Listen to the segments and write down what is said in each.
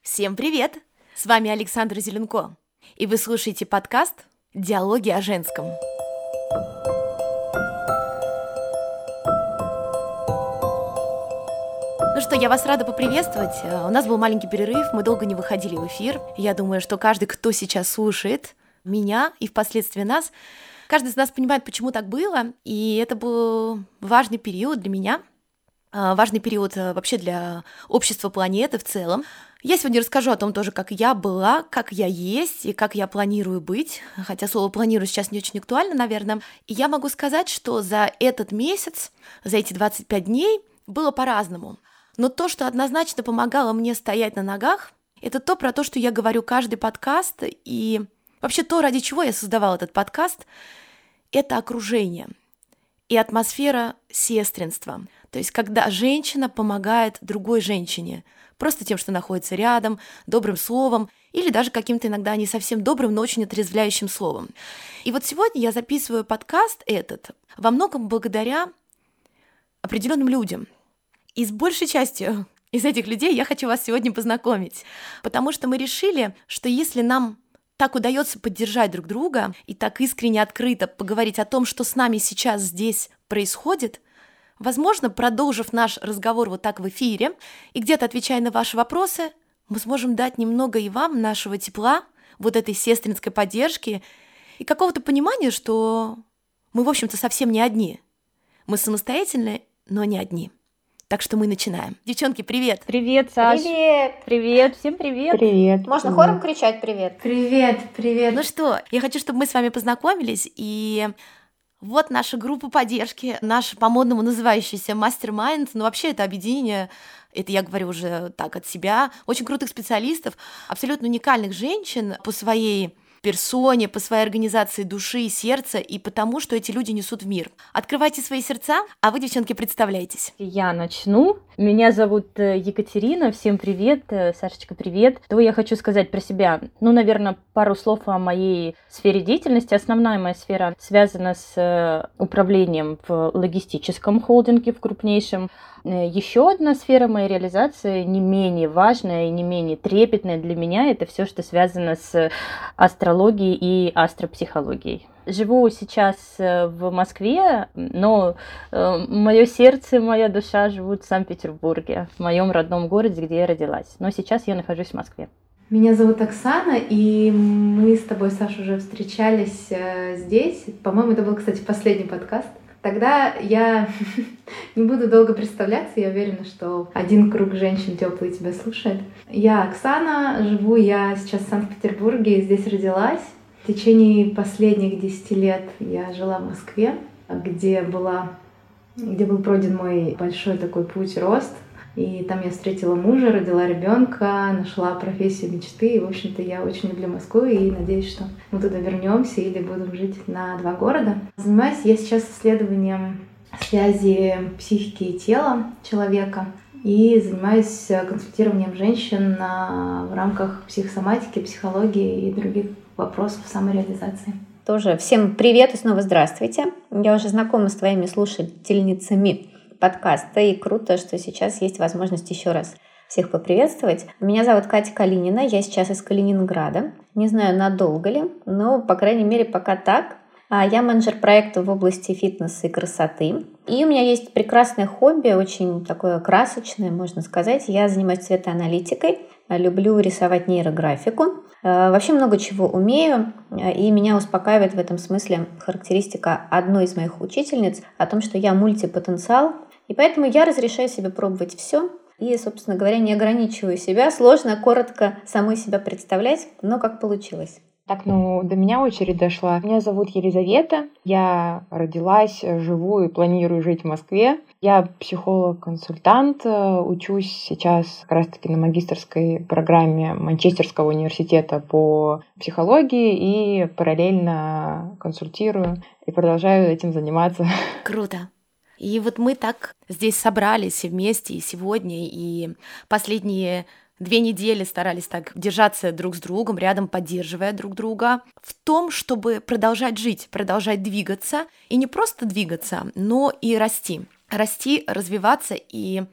Всем привет! С вами Александра Зеленко, и вы слушаете подкаст «Диалоги о женском». Ну что, я вас рада поприветствовать. У нас был маленький перерыв, мы долго не выходили в эфир. Я думаю, что каждый, кто сейчас слушает меня и впоследствии нас, каждый из нас понимает, почему так было, и это был важный период для меня, важный период вообще для общества планеты в целом. Я сегодня расскажу о том тоже, как я была, как я есть и как я планирую быть, хотя слово «планирую» сейчас не очень актуально, наверное. И я могу сказать, что за этот месяц, за эти 25 дней было по-разному. Но то, что однозначно помогало мне стоять на ногах, это то, про то, что я говорю каждый подкаст, и вообще то, ради чего я создавала этот подкаст, это окружение и атмосфера сестринства. То есть когда женщина помогает другой женщине, просто тем, что находится рядом, добрым словом, или даже каким-то иногда не совсем добрым, но очень отрезвляющим словом. И вот сегодня я записываю подкаст этот во многом благодаря определенным людям. И с большей частью из этих людей я хочу вас сегодня познакомить, потому что мы решили, что если нам так удается поддержать друг друга и так искренне, открыто поговорить о том, что с нами сейчас здесь происходит, возможно, продолжив наш разговор вот так в эфире и где-то отвечая на ваши вопросы, мы сможем дать немного и вам нашего тепла, вот этой сестринской поддержки и какого-то понимания, что мы, в общем-то, совсем не одни. Мы самостоятельны, но не одни. Так что мы начинаем. Девчонки, привет! Привет, Саш! Привет! Привет! Всем привет! Привет! Можно хором кричать привет? Привет! Привет! Ну что, я хочу, чтобы мы с вами познакомились, и вот наша группа поддержки, наш по-модному называющийся Mastermind, но вообще это объединение, это я говорю уже так от себя, очень крутых специалистов, абсолютно уникальных женщин по своей персоне, по своей организации души и сердца, и потому, что эти люди несут в мир. Открывайте свои сердца, а вы, девчонки, представляйтесь. Я начну. Меня зовут Екатерина. Всем привет. Сашечка, привет. Что я хочу сказать про себя? Наверное, пару слов о моей сфере деятельности. Основная моя сфера связана с управлением в логистическом холдинге, в крупнейшем. Еще одна сфера моей реализации, не менее важная и не менее трепетная для меня, это все, что связано с астрологией и астропсихологией. Живу сейчас в Москве, но мое сердце, моя душа живут в Санкт-Петербурге, в моем родном городе, где я родилась. Но сейчас я нахожусь в Москве. Меня зовут Оксана, и мы с тобой, Саша, уже встречались здесь. По-моему, это был, кстати, последний подкаст. Тогда я не буду долго представляться, я уверена, что один круг женщин теплый тебя слушает. Я Оксана, живу я сейчас в Санкт-Петербурге, здесь родилась. В течение последних 10 лет я жила в Москве, где был пройден мой большой такой путь, рост. И там я встретила мужа, родила ребенка, нашла профессию мечты. И, в общем-то, я очень люблю Москву и надеюсь, что мы туда вернемся или будем жить на 2 города. Занимаюсь я сейчас исследованием связи психики и тела человека. И занимаюсь консультированием женщин в рамках психосоматики, психологии и других вопросов самореализации. Тоже всем привет и снова здравствуйте. Я уже знакома с твоими слушательницами подкаста, и круто, что сейчас есть возможность еще раз всех поприветствовать. Меня зовут Катя Калинина, я сейчас из Калининграда. Не знаю, надолго ли, но, по крайней мере, пока так. Я менеджер проекта в области фитнеса и красоты. И у меня есть прекрасное хобби, очень такое красочное, можно сказать. Я занимаюсь цветоаналитикой, люблю рисовать нейрографику. Вообще много чего умею, и меня успокаивает в этом смысле характеристика одной из моих учительниц о том, что я мультипотенциал, и поэтому я разрешаю себе пробовать все и, собственно говоря, не ограничиваю себя. Сложно, коротко самой себя представлять, но как получилось. Так, до меня очередь дошла. Меня зовут Елизавета. Я родилась, живу и планирую жить в Москве. Я психолог-консультант. Учусь сейчас как раз-таки на магистерской программе Манчестерского университета по психологии и параллельно консультирую и продолжаю этим заниматься. Круто. И вот мы так здесь собрались вместе и сегодня, и последние 2 недели старались так держаться друг с другом, рядом поддерживая друг друга, в том, чтобы продолжать жить, продолжать двигаться, и не просто двигаться, но и расти. Расти, развиваться и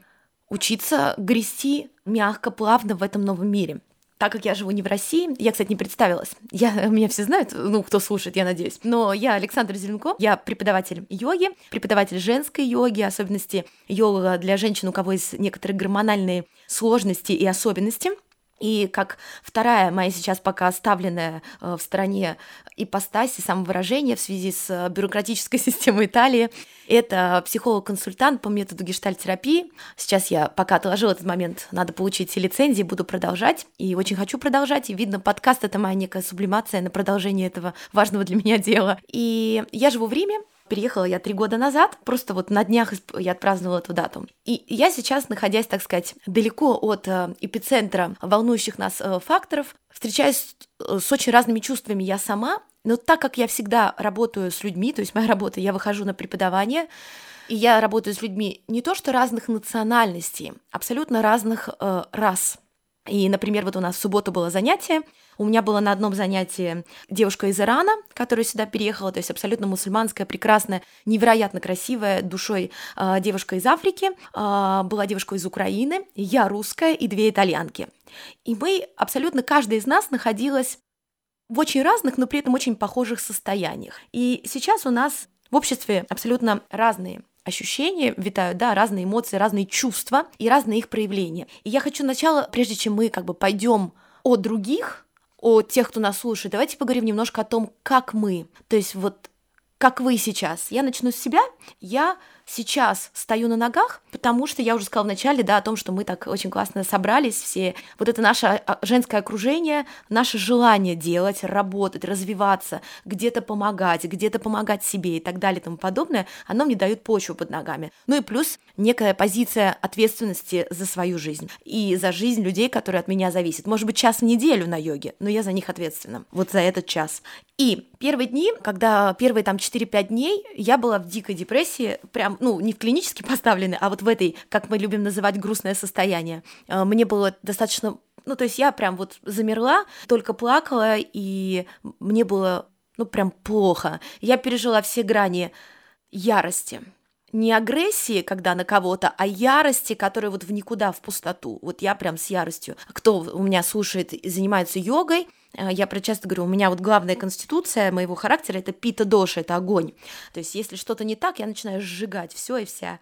учиться грести мягко, плавно в этом новом мире. Так как я живу не в России, я, кстати, не представилась. Меня все знают, кто слушает, я надеюсь. Но я Александра Зеленко, я преподаватель йоги, преподаватель женской йоги, особенности йога для женщин, у кого есть некоторые гормональные сложности и особенности. И как вторая моя сейчас пока оставленная в стороне ипостась и самовыражение в связи с бюрократической системой Италии, это психолог-консультант по методу гештальт-терапии. Сейчас я пока отложила этот момент, надо получить все лицензии, буду продолжать, и очень хочу продолжать, и видно, подкаст — это моя некая сублимация на продолжение этого важного для меня дела. И я живу в Риме. Переехала я 3 года назад, просто вот на днях я отпраздновала эту дату. И я сейчас, находясь, так сказать, далеко от эпицентра волнующих нас факторов, встречаюсь с очень разными чувствами я сама, но так как я всегда работаю с людьми, то есть моя работа, я выхожу на преподавание, и я работаю с людьми не то что разных национальностей, абсолютно разных рас. И, например, вот у нас в субботу было занятие, у меня была на одном занятии девушка из Ирана, которая сюда переехала, то есть абсолютно мусульманская, прекрасная, невероятно красивая душой девушка из Африки, была девушка из Украины, я русская и 2 итальянки. И мы, абсолютно каждая из нас находилась в очень разных, но при этом очень похожих состояниях. И сейчас у нас в обществе абсолютно разные ощущения витают, да, разные эмоции, разные чувства и разные их проявления. И я хочу сначала, прежде чем мы пойдем о других, о тех, кто нас слушает, давайте поговорим немножко о том, как мы, то есть вот как вы сейчас. Я начну с себя. Я сейчас стою на ногах, потому что я уже сказала вначале, да, о том, что мы так очень классно собрались все. Вот это наше женское окружение, наше желание делать, работать, развиваться, где-то помогать себе и так далее и тому подобное, оно мне дает почву под ногами. Ну и плюс некая позиция ответственности за свою жизнь и за жизнь людей, которые от меня зависят. Может быть, час в неделю на йоге, но я за них ответственна. Вот за этот час. И первые дни, когда первые 4-5 дней, я была в дикой депрессии, прям, не в клинически поставленной, а вот в этой, как мы любим называть, грустное состояние. Мне было достаточно, то есть я прям вот замерла, только плакала, и мне было, прям плохо. Я пережила все грани ярости. Не агрессии, когда на кого-то, а ярости, которая вот в никуда, в пустоту. Вот я прям с яростью. Кто у меня слушает и занимается йогой, я часто говорю, у меня вот главная конституция моего характера — это пита-доша, это огонь. То есть если что-то не так, я начинаю сжигать все и вся.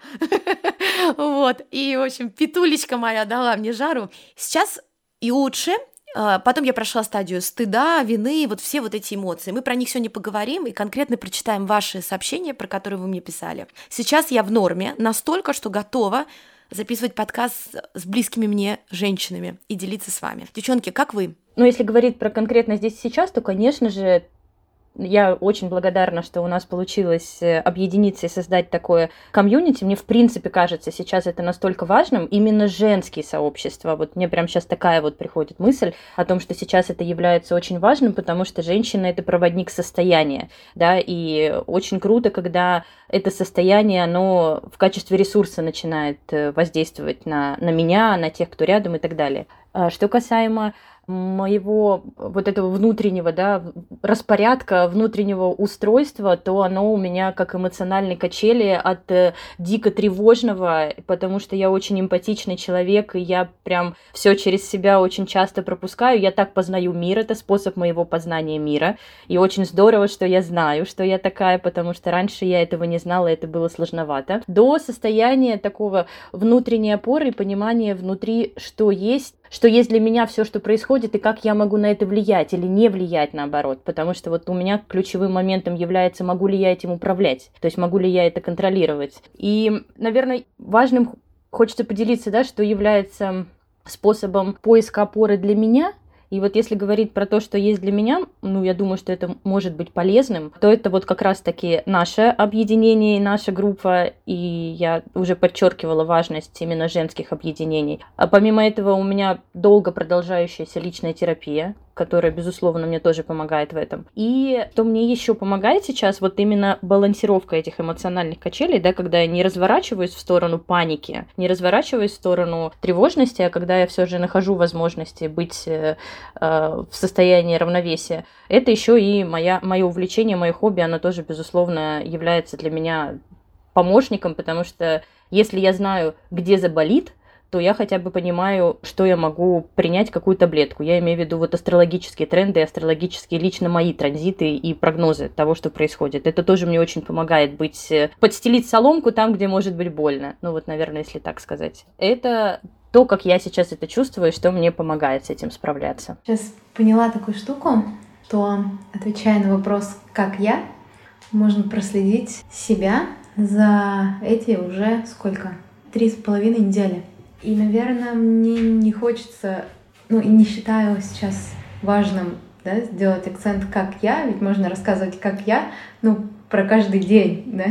Вот. И, в общем, петулечка моя дала мне жару. Сейчас и лучше. Потом я прошла стадию стыда, вины, вот все вот эти эмоции. Мы про них сегодня поговорим и конкретно прочитаем ваши сообщения, про которые вы мне писали. Сейчас я в норме настолько, что готова записывать подкаст с близкими мне женщинами и делиться с вами. Девчонки, как вы? Если говорить про конкретно здесь и сейчас, то, конечно же, я очень благодарна, что у нас получилось объединиться и создать такое комьюнити. Мне, в принципе, кажется, сейчас это настолько важным. Именно женские сообщества. Вот мне прямо сейчас такая вот приходит мысль о том, что сейчас это является очень важным, потому что женщина — это проводник состояния. Да, и очень круто, когда это состояние, оно в качестве ресурса начинает воздействовать на меня, на тех, кто рядом и так далее. Что касаемо моего вот этого внутреннего, да, распорядка, внутреннего устройства, то оно у меня как эмоциональные качели от дико тревожного, потому что я очень эмпатичный человек, и я прям все через себя очень часто пропускаю. Я так познаю мир, это способ моего познания мира. И очень здорово, что я знаю, что я такая, потому что раньше я этого не знала, это было сложновато. До состояния такого внутренней опоры и понимания внутри, что есть для меня все, что происходит, и как я могу на это влиять или не влиять, наоборот. Потому что вот у меня ключевым моментом является, могу ли я этим управлять, то есть могу ли я это контролировать. И, наверное, важным хочется поделиться, да, что является способом поиска опоры для меня. И вот если говорить про то, что есть для меня, я думаю, что это может быть полезным, то это вот как раз-таки наше объединение, наша группа, и я уже подчеркивала важность именно женских объединений. А помимо этого у меня долго продолжающаяся личная терапия, которая, безусловно, мне тоже помогает в этом. И что мне еще помогает сейчас, вот именно балансировка этих эмоциональных качелей, да, когда я не разворачиваюсь в сторону паники, не разворачиваюсь в сторону тревожности, а когда я все же нахожу возможности быть в состоянии равновесия. Это еще и мое увлечение, мое хобби, оно тоже, безусловно, является для меня помощником, потому что если я знаю, где заболит, то я хотя бы понимаю, что я могу принять, какую таблетку. Я имею в виду вот астрологические тренды, астрологические лично мои транзиты и прогнозы того, что происходит. Это тоже мне очень помогает подстелить соломку там, где может быть больно. Ну вот, наверное, если так сказать. Это то, как я сейчас это чувствую, что мне помогает с этим справляться. Сейчас поняла такую штуку, что, отвечая на вопрос «как я?», можно проследить себя за эти уже сколько? 3,5 недели. И, наверное, мне не хочется, и не считаю сейчас важным, да, сделать акцент «как я», ведь можно рассказывать «как я», про каждый день, да.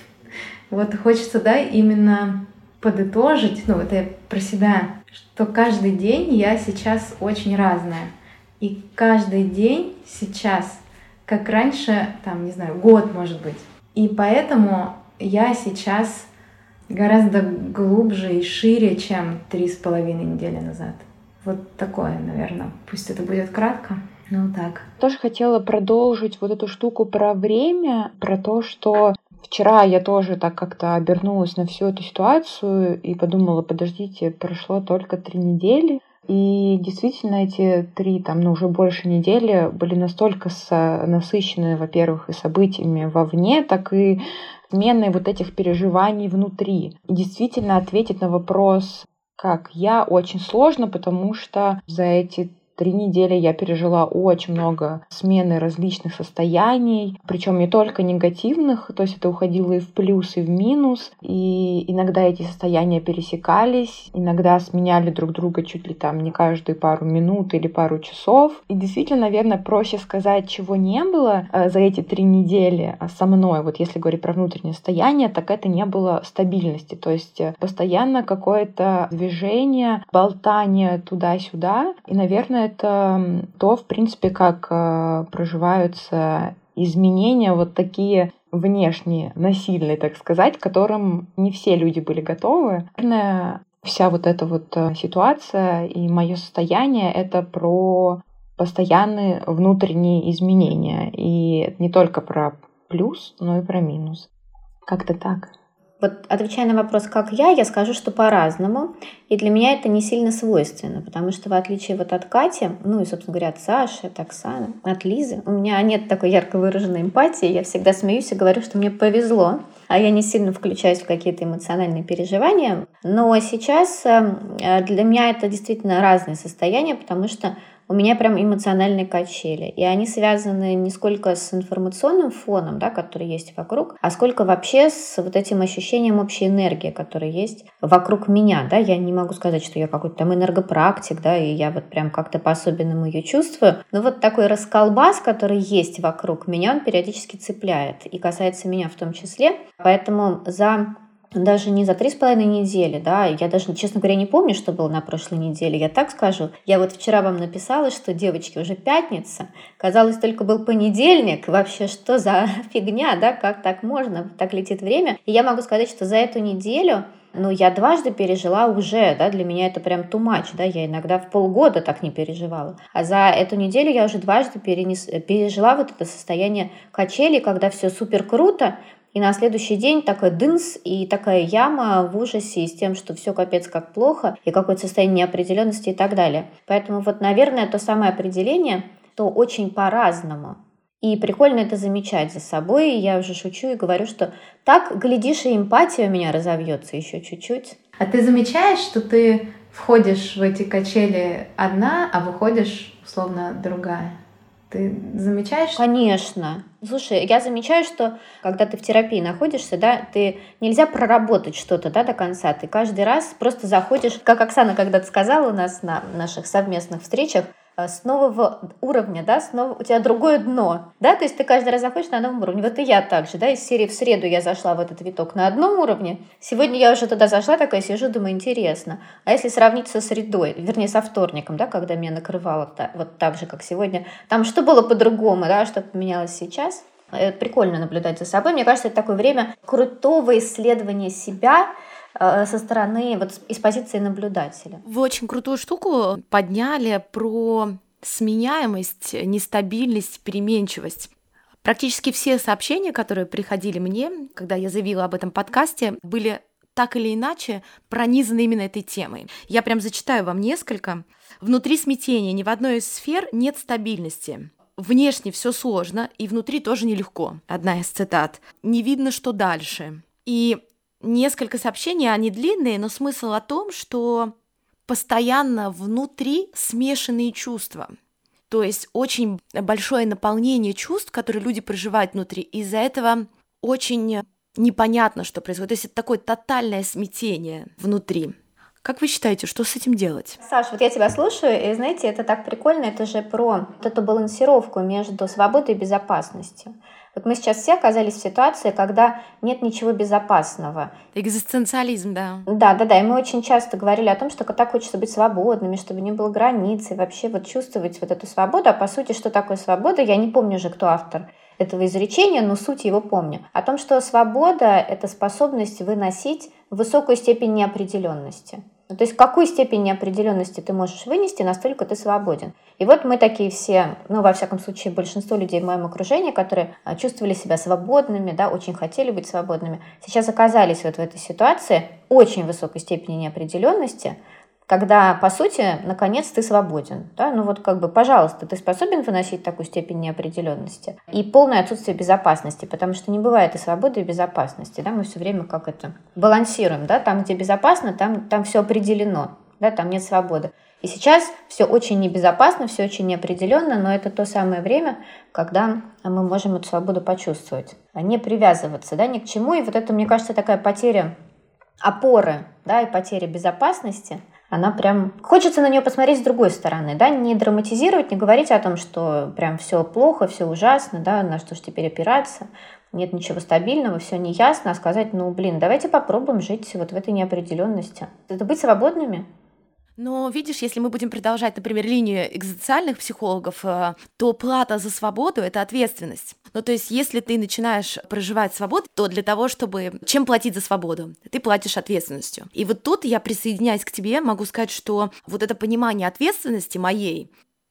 Вот хочется, да, именно подытожить, это я про себя, что каждый день я сейчас очень разная. И каждый день сейчас, как раньше, год, может быть. И поэтому я сейчас гораздо глубже и шире, чем 3,5 недели назад. Вот такое, наверное. Пусть это будет кратко, но так. Тоже хотела продолжить вот эту штуку про время, про то, что вчера я тоже так как-то обернулась на всю эту ситуацию и подумала, подождите, прошло только 3 недели. И действительно эти 3, уже больше недели были настолько насыщены, во-первых, и событиями вовне, так и сменой вот этих переживаний внутри. И действительно ответить на вопрос, как я, очень сложно, потому что за эти 3 недели я пережила очень много смены различных состояний, причем не только негативных, то есть это уходило и в плюс, и в минус, и иногда эти состояния пересекались, иногда сменяли друг друга чуть ли не каждые пару минут или пару часов. И действительно, наверное, проще сказать, чего не было за эти 3 недели со мной, вот если говорить про внутреннее состояние, так это не было стабильности, то есть постоянно какое-то движение, болтание туда-сюда, и, наверное, это то, в принципе, как проживаются изменения вот такие внешние, насильные, так сказать, к которым не все люди были готовы. Наверное, вся вот эта вот ситуация и мое состояние — это про постоянные внутренние изменения. И не только про плюс, но и про минус. Как-то так. Вот отвечая на вопрос «как я скажу, что по-разному. И для меня это не сильно свойственно, потому что в отличие от Кати, и, собственно говоря, от Саши, от Оксаны, от Лизы, у меня нет такой ярко выраженной эмпатии. Я всегда смеюсь и говорю, что мне повезло, а я не сильно включаюсь в какие-то эмоциональные переживания. Но сейчас для меня это действительно разные состояния, потому что у меня прям эмоциональные качели. И они связаны не сколько с информационным фоном, да, который есть вокруг, а сколько вообще с вот этим ощущением общей энергии, которая есть вокруг меня. Да. Я не могу сказать, что я какой-то энергопрактик, да, и я вот прям как-то по-особенному ее чувствую. Но вот такой расколбас, который есть вокруг меня, он периодически цепляет. И касается меня в том числе. Поэтому даже не за 3,5 недели, да, я даже, честно говоря, не помню, что было на прошлой неделе, я так скажу. Я вот вчера вам написала, что, девочки, уже пятница, казалось, только был понедельник, вообще, что за фигня, да, как так можно, так летит время. И я могу сказать, что за эту неделю, я дважды пережила уже, да, для меня это прям too much, да, я иногда в полгода так не переживала. А за эту неделю я уже дважды пережила вот это состояние качели, когда все супер круто, и на следующий день такой дынс и такая яма в ужасе с тем, что все капец как плохо, и какое-то состояние неопределенности и так далее. Поэтому наверное, то самое определение, что очень по-разному. И прикольно это замечать за собой. И я уже шучу и говорю, что так, глядишь, и эмпатия у меня разовьется еще чуть-чуть. А ты замечаешь, что ты входишь в эти качели одна, а выходишь условно другая? Ты замечаешь? Конечно. Слушай, я замечаю, что когда ты в терапии находишься, да, нельзя проработать что-то, да, до конца. Ты каждый раз просто заходишь, как Оксана когда-то сказала у нас на наших совместных встречах, с нового уровня, да, снова у тебя другое дно, да, то есть ты каждый раз заходишь на новом уровне. Вот и я также, да, из серии в среду я зашла в этот виток на одном уровне, сегодня я уже туда зашла, такая сижу, думаю, интересно. А если сравнить со средой, вернее, со вторником, да, когда меня накрывало вот так же, как сегодня, там что было по-другому, да, что поменялось сейчас? Это прикольно наблюдать за собой. Мне кажется, это такое время крутого исследования себя со стороны, из позиции наблюдателя. Вы очень крутую штуку подняли про сменяемость, нестабильность, переменчивость. Практически все сообщения, которые приходили мне, когда я заявила об этом подкасте, были так или иначе пронизаны именно этой темой. Я прям зачитаю вам несколько. Внутри смятения ни в одной из сфер нет стабильности. Внешне все сложно, и внутри тоже нелегко. Одна из цитат. Не видно, что дальше. И несколько сообщений, они длинные, но смысл о том, что постоянно внутри смешанные чувства. То есть очень большое наполнение чувств, которые люди проживают внутри. Из-за этого очень непонятно, что происходит. То есть это такое тотальное смятение внутри. Как вы считаете, что с этим делать? Саш, вот я тебя слушаю, и, знаете, это так прикольно, это же про вот эту балансировку между свободой и безопасностью. Вот мы сейчас все оказались в ситуации, когда нет ничего безопасного. Экзистенциализм, да. Да, и мы очень часто говорили о том, что так хочется быть свободными, чтобы не было границ, и вообще вот чувствовать вот эту свободу. А по сути, что такое свобода? Я не помню уже, кто автор этого изречения, но суть его помню. О том, что свобода — это способность выносить высокую степень неопределенности. То есть какую степень неопределенности ты можешь вынести, настолько ты свободен. И вот мы такие все, во всяком случае, большинство людей в моем окружении, которые чувствовали себя свободными, да, очень хотели быть свободными, сейчас оказались вот в этой ситуации очень высокой степени неопределенности, когда, по сути, наконец ты свободен. Да? Пожалуйста, ты способен выносить такую степень неопределенности и полное отсутствие безопасности, потому что не бывает и свободы, и безопасности. Да? Мы все время балансируем. Да? Там, где безопасно, там все определено, да? Там нет свободы. И сейчас все очень небезопасно, все очень неопределенно, но это то самое время, когда мы можем эту свободу почувствовать, не привязываться, да, ни к чему. И вот это, мне кажется, такая потеря опоры, да, и потеря безопасности, она прям... Хочется на нее посмотреть с другой стороны, да, не драматизировать, не говорить о том, что прям все плохо, все ужасно, да, на что же теперь опираться, нет ничего стабильного, все неясно, а сказать, давайте попробуем жить вот в этой неопределенности. Это быть свободными. Но видишь, если мы будем продолжать, например, линию экзистенциальных психологов, то плата за свободу — это ответственность. То есть если ты начинаешь проживать свободу, то для того, чтобы... Чем платить за свободу? Ты платишь ответственностью. И вот тут я присоединяюсь к тебе, могу сказать, что вот это понимание ответственности моей,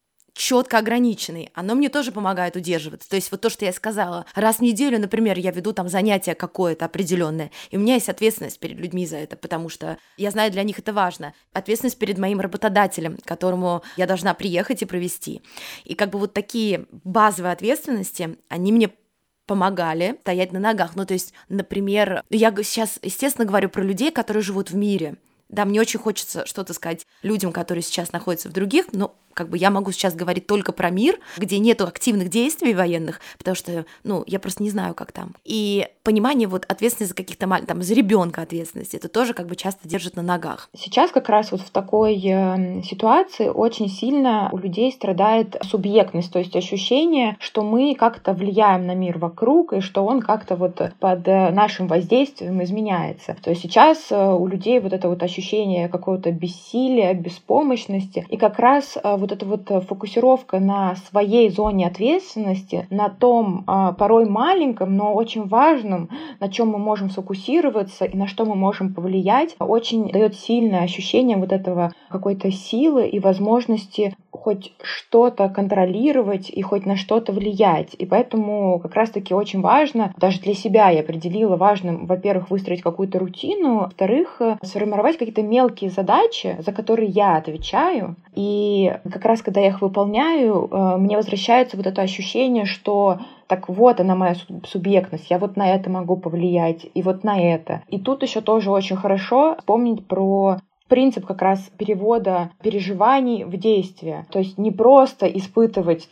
четко ограниченный, оно мне тоже помогает удерживаться. То есть вот то, что я сказала, раз в неделю, например, я веду там занятие какое-то определенное, и у меня есть ответственность перед людьми за это, потому что я знаю, для них это важно. Ответственность перед моим работодателем, к которому я должна приехать и провести. И вот такие базовые ответственности, они мне помогали стоять на ногах. То есть, например, я сейчас, естественно, говорю про людей, которые живут в мире. Да, мне очень хочется что-то сказать людям, которые сейчас находятся в других, но я могу сейчас говорить только про мир, где нету активных действий военных, потому что, я просто не знаю, как там. И понимание ответственности за каких-то за ребенка ответственности, это тоже часто держит на ногах. Сейчас как раз в такой ситуации очень сильно у людей страдает субъектность, то есть ощущение, что мы как-то влияем на мир вокруг, и что он как-то под нашим воздействием изменяется. То есть сейчас у людей это ощущение какого-то бессилия, беспомощности, и как раз эта фокусировка на своей зоне ответственности, на том порой маленьком, но очень важном, на чем мы можем сфокусироваться и на что мы можем повлиять, очень дает сильное ощущение этого какой-то силы и возможности хоть что-то контролировать и хоть на что-то влиять. И поэтому как раз-таки очень важно, даже для себя я определила важным, во-первых, выстроить какую-то рутину, во-вторых, сформировать какие-то мелкие задачи, за которые я отвечаю. И как раз когда я их выполняю, мне возвращается это ощущение, что так вот она моя субъектность, я на это могу повлиять, и на это. И тут еще тоже очень хорошо вспомнить про принцип как раз перевода переживаний в действие. То есть не просто испытывать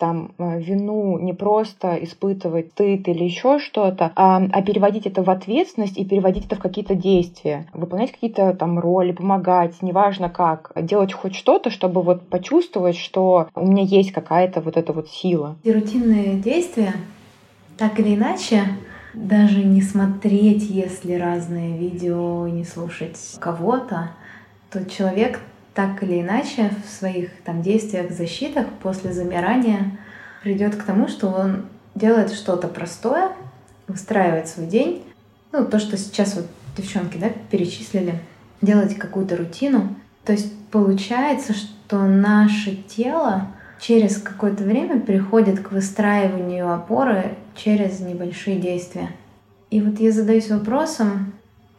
вину, не просто испытывать стыд или еще что-то, а переводить это в ответственность и переводить это в какие-то действия. Выполнять какие-то роли, помогать, неважно как. Делать хоть что-то, чтобы почувствовать, что у меня есть какая-то эта сила. И рутинные действия, так или иначе, даже не смотреть, если разные видео, не слушать кого-то, то человек так или иначе в своих действиях, защитах после замирания придет к тому, что он делает что-то простое, выстраивает свой день. То, что сейчас девчонки перечислили, делать какую-то рутину. То есть получается, что наше тело через какое-то время приходит к выстраиванию опоры через небольшие действия. И я задаюсь вопросом,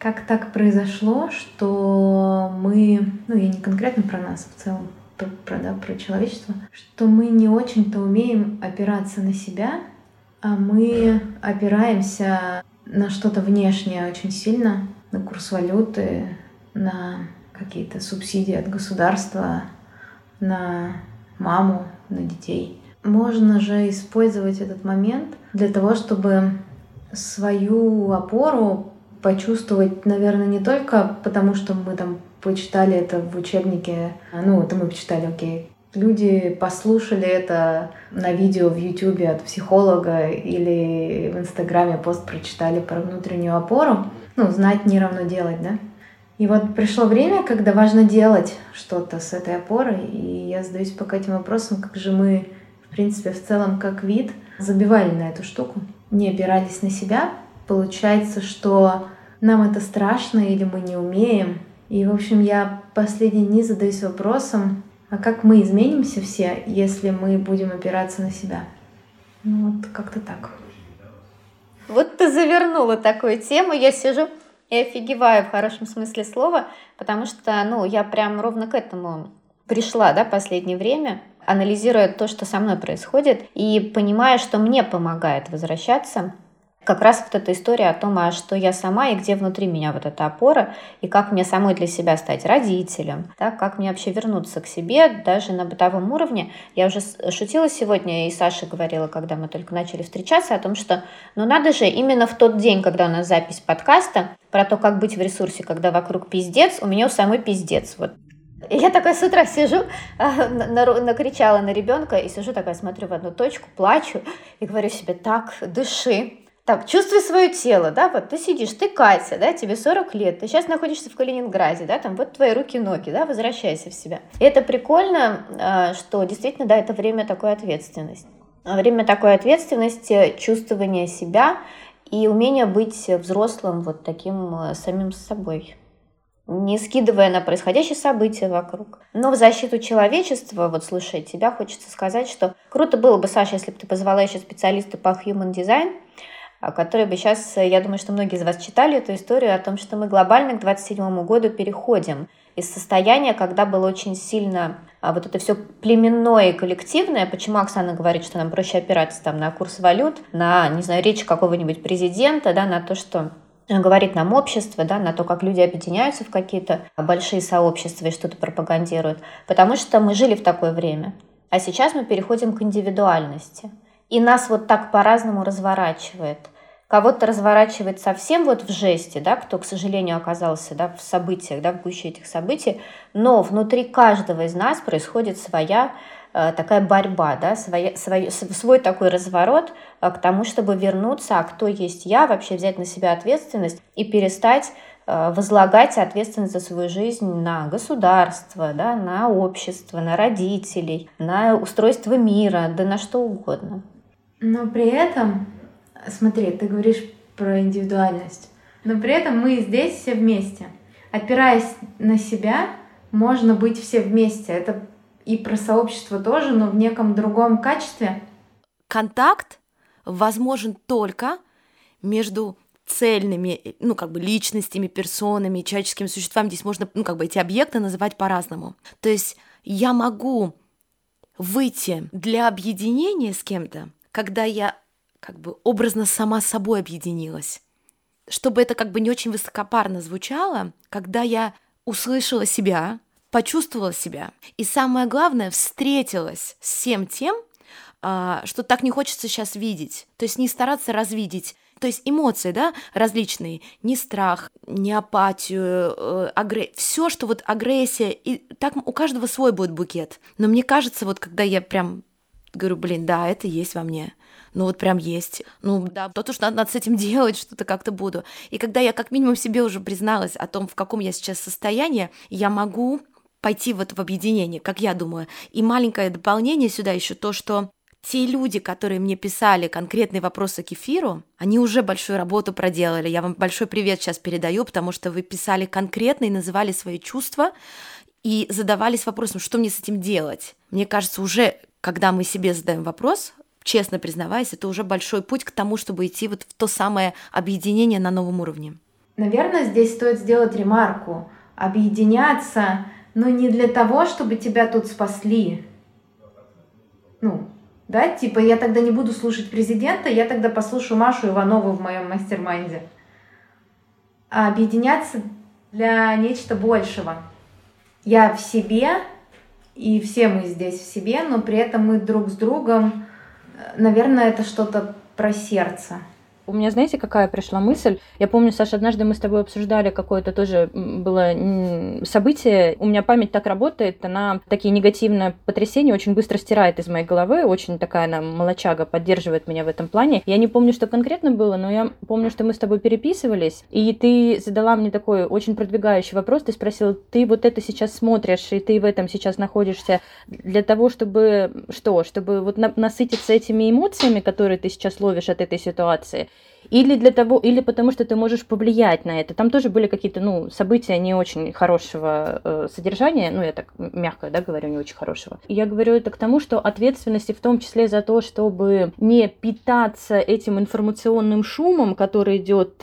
как так произошло, что мы, я не конкретно про нас, в целом, про человечество, что мы не очень-то умеем опираться на себя, а мы опираемся на что-то внешнее очень сильно, на курс валюты, на какие-то субсидии от государства, на маму, на детей. Можно же использовать этот момент для того, чтобы свою опору почувствовать, наверное, не только потому, что мы там почитали это в учебнике, это мы почитали, окей. Люди послушали это на видео в Ютубе от психолога или в Инстаграме пост прочитали про внутреннюю опору. Знать не равно делать, да? И вот пришло время, когда важно делать что-то с этой опорой, и я задаюсь пока этим вопросом, как же мы, в принципе, в целом, как вид, забивали на эту штуку, не опирались на себя. Получается, что нам это страшно или мы не умеем. И, в общем, я последние дни задаюсь вопросом, а как мы изменимся все, если мы будем опираться на себя? Вот как-то так. Вот ты завернула такую тему, я сижу и офигеваю в хорошем смысле слова, потому что, я прям ровно к этому пришла, последнее время, анализируя то, что со мной происходит, и понимая, что мне помогает возвращаться как раз вот эта история о том, а что я сама и где внутри меня вот эта опора, и как мне самой для себя стать родителем, как мне вообще вернуться к себе даже на бытовом уровне. Я уже шутила сегодня, и Саша говорила, когда мы только начали встречаться, о том, что надо же именно в тот день, когда у нас запись подкаста, про то, как быть в ресурсе, когда вокруг пиздец, у меня у самой пиздец. Вот. И я такая с утра сижу, накричала на ребенка, и сижу такая, смотрю в одну точку, плачу, и говорю себе, так, дыши. Так, чувствуй свое тело, вот ты сидишь, ты Катя, тебе 40 лет, ты сейчас находишься в Калининграде, там вот твои руки-ноги, возвращайся в себя. И это прикольно, что действительно, это время такой ответственности. Время такой ответственности, чувствования себя и умения быть взрослым вот таким самим собой, не скидывая на происходящие события вокруг. Но в защиту человечества, слушая тебя, хочется сказать, что круто было бы, Саша, если бы ты позвала еще специалиста по human design, который бы сейчас, я думаю, что многие из вас читали эту историю о том, что мы глобально к 2027 году переходим из состояния, когда было очень сильно вот это все племенное и коллективное. Почему Оксана говорит, что нам проще опираться на курс валют, на, речь какого-нибудь президента, на то, что говорит нам общество, на то, как люди объединяются в какие-то большие сообщества и что-то пропагандируют. Потому что мы жили в такое время. А сейчас мы переходим к индивидуальности. И нас вот так по-разному разворачивает. Кого-то разворачивает совсем в жести, кто, к сожалению, оказался в событиях, в гуще этих событий, но внутри каждого из нас происходит своя такая борьба, свой такой разворот к тому, чтобы вернуться, а кто есть я, вообще взять на себя ответственность и перестать возлагать ответственность за свою жизнь на государство, на общество, на родителей, на устройство мира, на что угодно. Но при этом, смотри, ты говоришь про индивидуальность, но при этом мы здесь все вместе. Опираясь на себя, можно быть все вместе. Это и про сообщество тоже, но в неком другом качестве. Контакт возможен только между цельными, личностями, персонами, человеческими существами. Здесь можно, эти объекты называть по-разному. То есть я могу выйти для объединения с кем-то, когда я образно сама с собой объединилась. Чтобы это не очень высокопарно звучало, когда я услышала себя, почувствовала себя, и самое главное, встретилась с всем тем, что так не хочется сейчас видеть. То есть не стараться развидеть. То есть эмоции, различные. Не страх, не апатию, все, что агрессия. И так у каждого свой будет букет. Но мне кажется, когда я прям говорю, это есть во мне. Прям есть. То, что надо с этим делать, что-то как-то буду. И когда я как минимум себе уже призналась о том, в каком я сейчас состоянии, я могу пойти в объединение, как я думаю. И маленькое дополнение сюда еще то, что те люди, которые мне писали конкретные вопросы к эфиру, они уже большую работу проделали. Я вам большой привет сейчас передаю, потому что вы писали конкретно и называли свои чувства и задавались вопросом, что мне с этим делать. Мне кажется, уже когда мы себе задаем вопрос, честно признаваясь, это уже большой путь к тому, чтобы идти в то самое объединение на новом уровне. Наверное, здесь стоит сделать ремарку. Объединяться, но не для того, чтобы тебя тут спасли. Да, типа я тогда не буду слушать президента, я тогда послушаю Машу Иванову в моем мастер-майнде. А объединяться для нечто большего. Я в себе, и все мы здесь в себе, но при этом мы друг с другом, наверное, это что-то про сердце. У меня, знаете, какая пришла мысль? Я помню, Саша, однажды мы с тобой обсуждали какое-то тоже было событие. У меня память так работает, она такие негативные потрясения очень быстро стирает из моей головы. Очень такая она молочага, поддерживает меня в этом плане. Я не помню, что конкретно было, но я помню, что мы с тобой переписывались, и ты задала мне такой очень продвигающий вопрос. Ты спросила, ты вот это сейчас смотришь, и ты в этом сейчас находишься для того, чтобы что? Чтобы вот насытиться этими эмоциями, которые ты сейчас ловишь от этой ситуации, или для того, или потому что ты можешь повлиять на это. Там тоже были какие-то, события не очень хорошего содержания, я так мягко, говорю, не очень хорошего. И я говорю это к тому, что ответственности в том числе за то, чтобы не питаться этим информационным шумом, который идет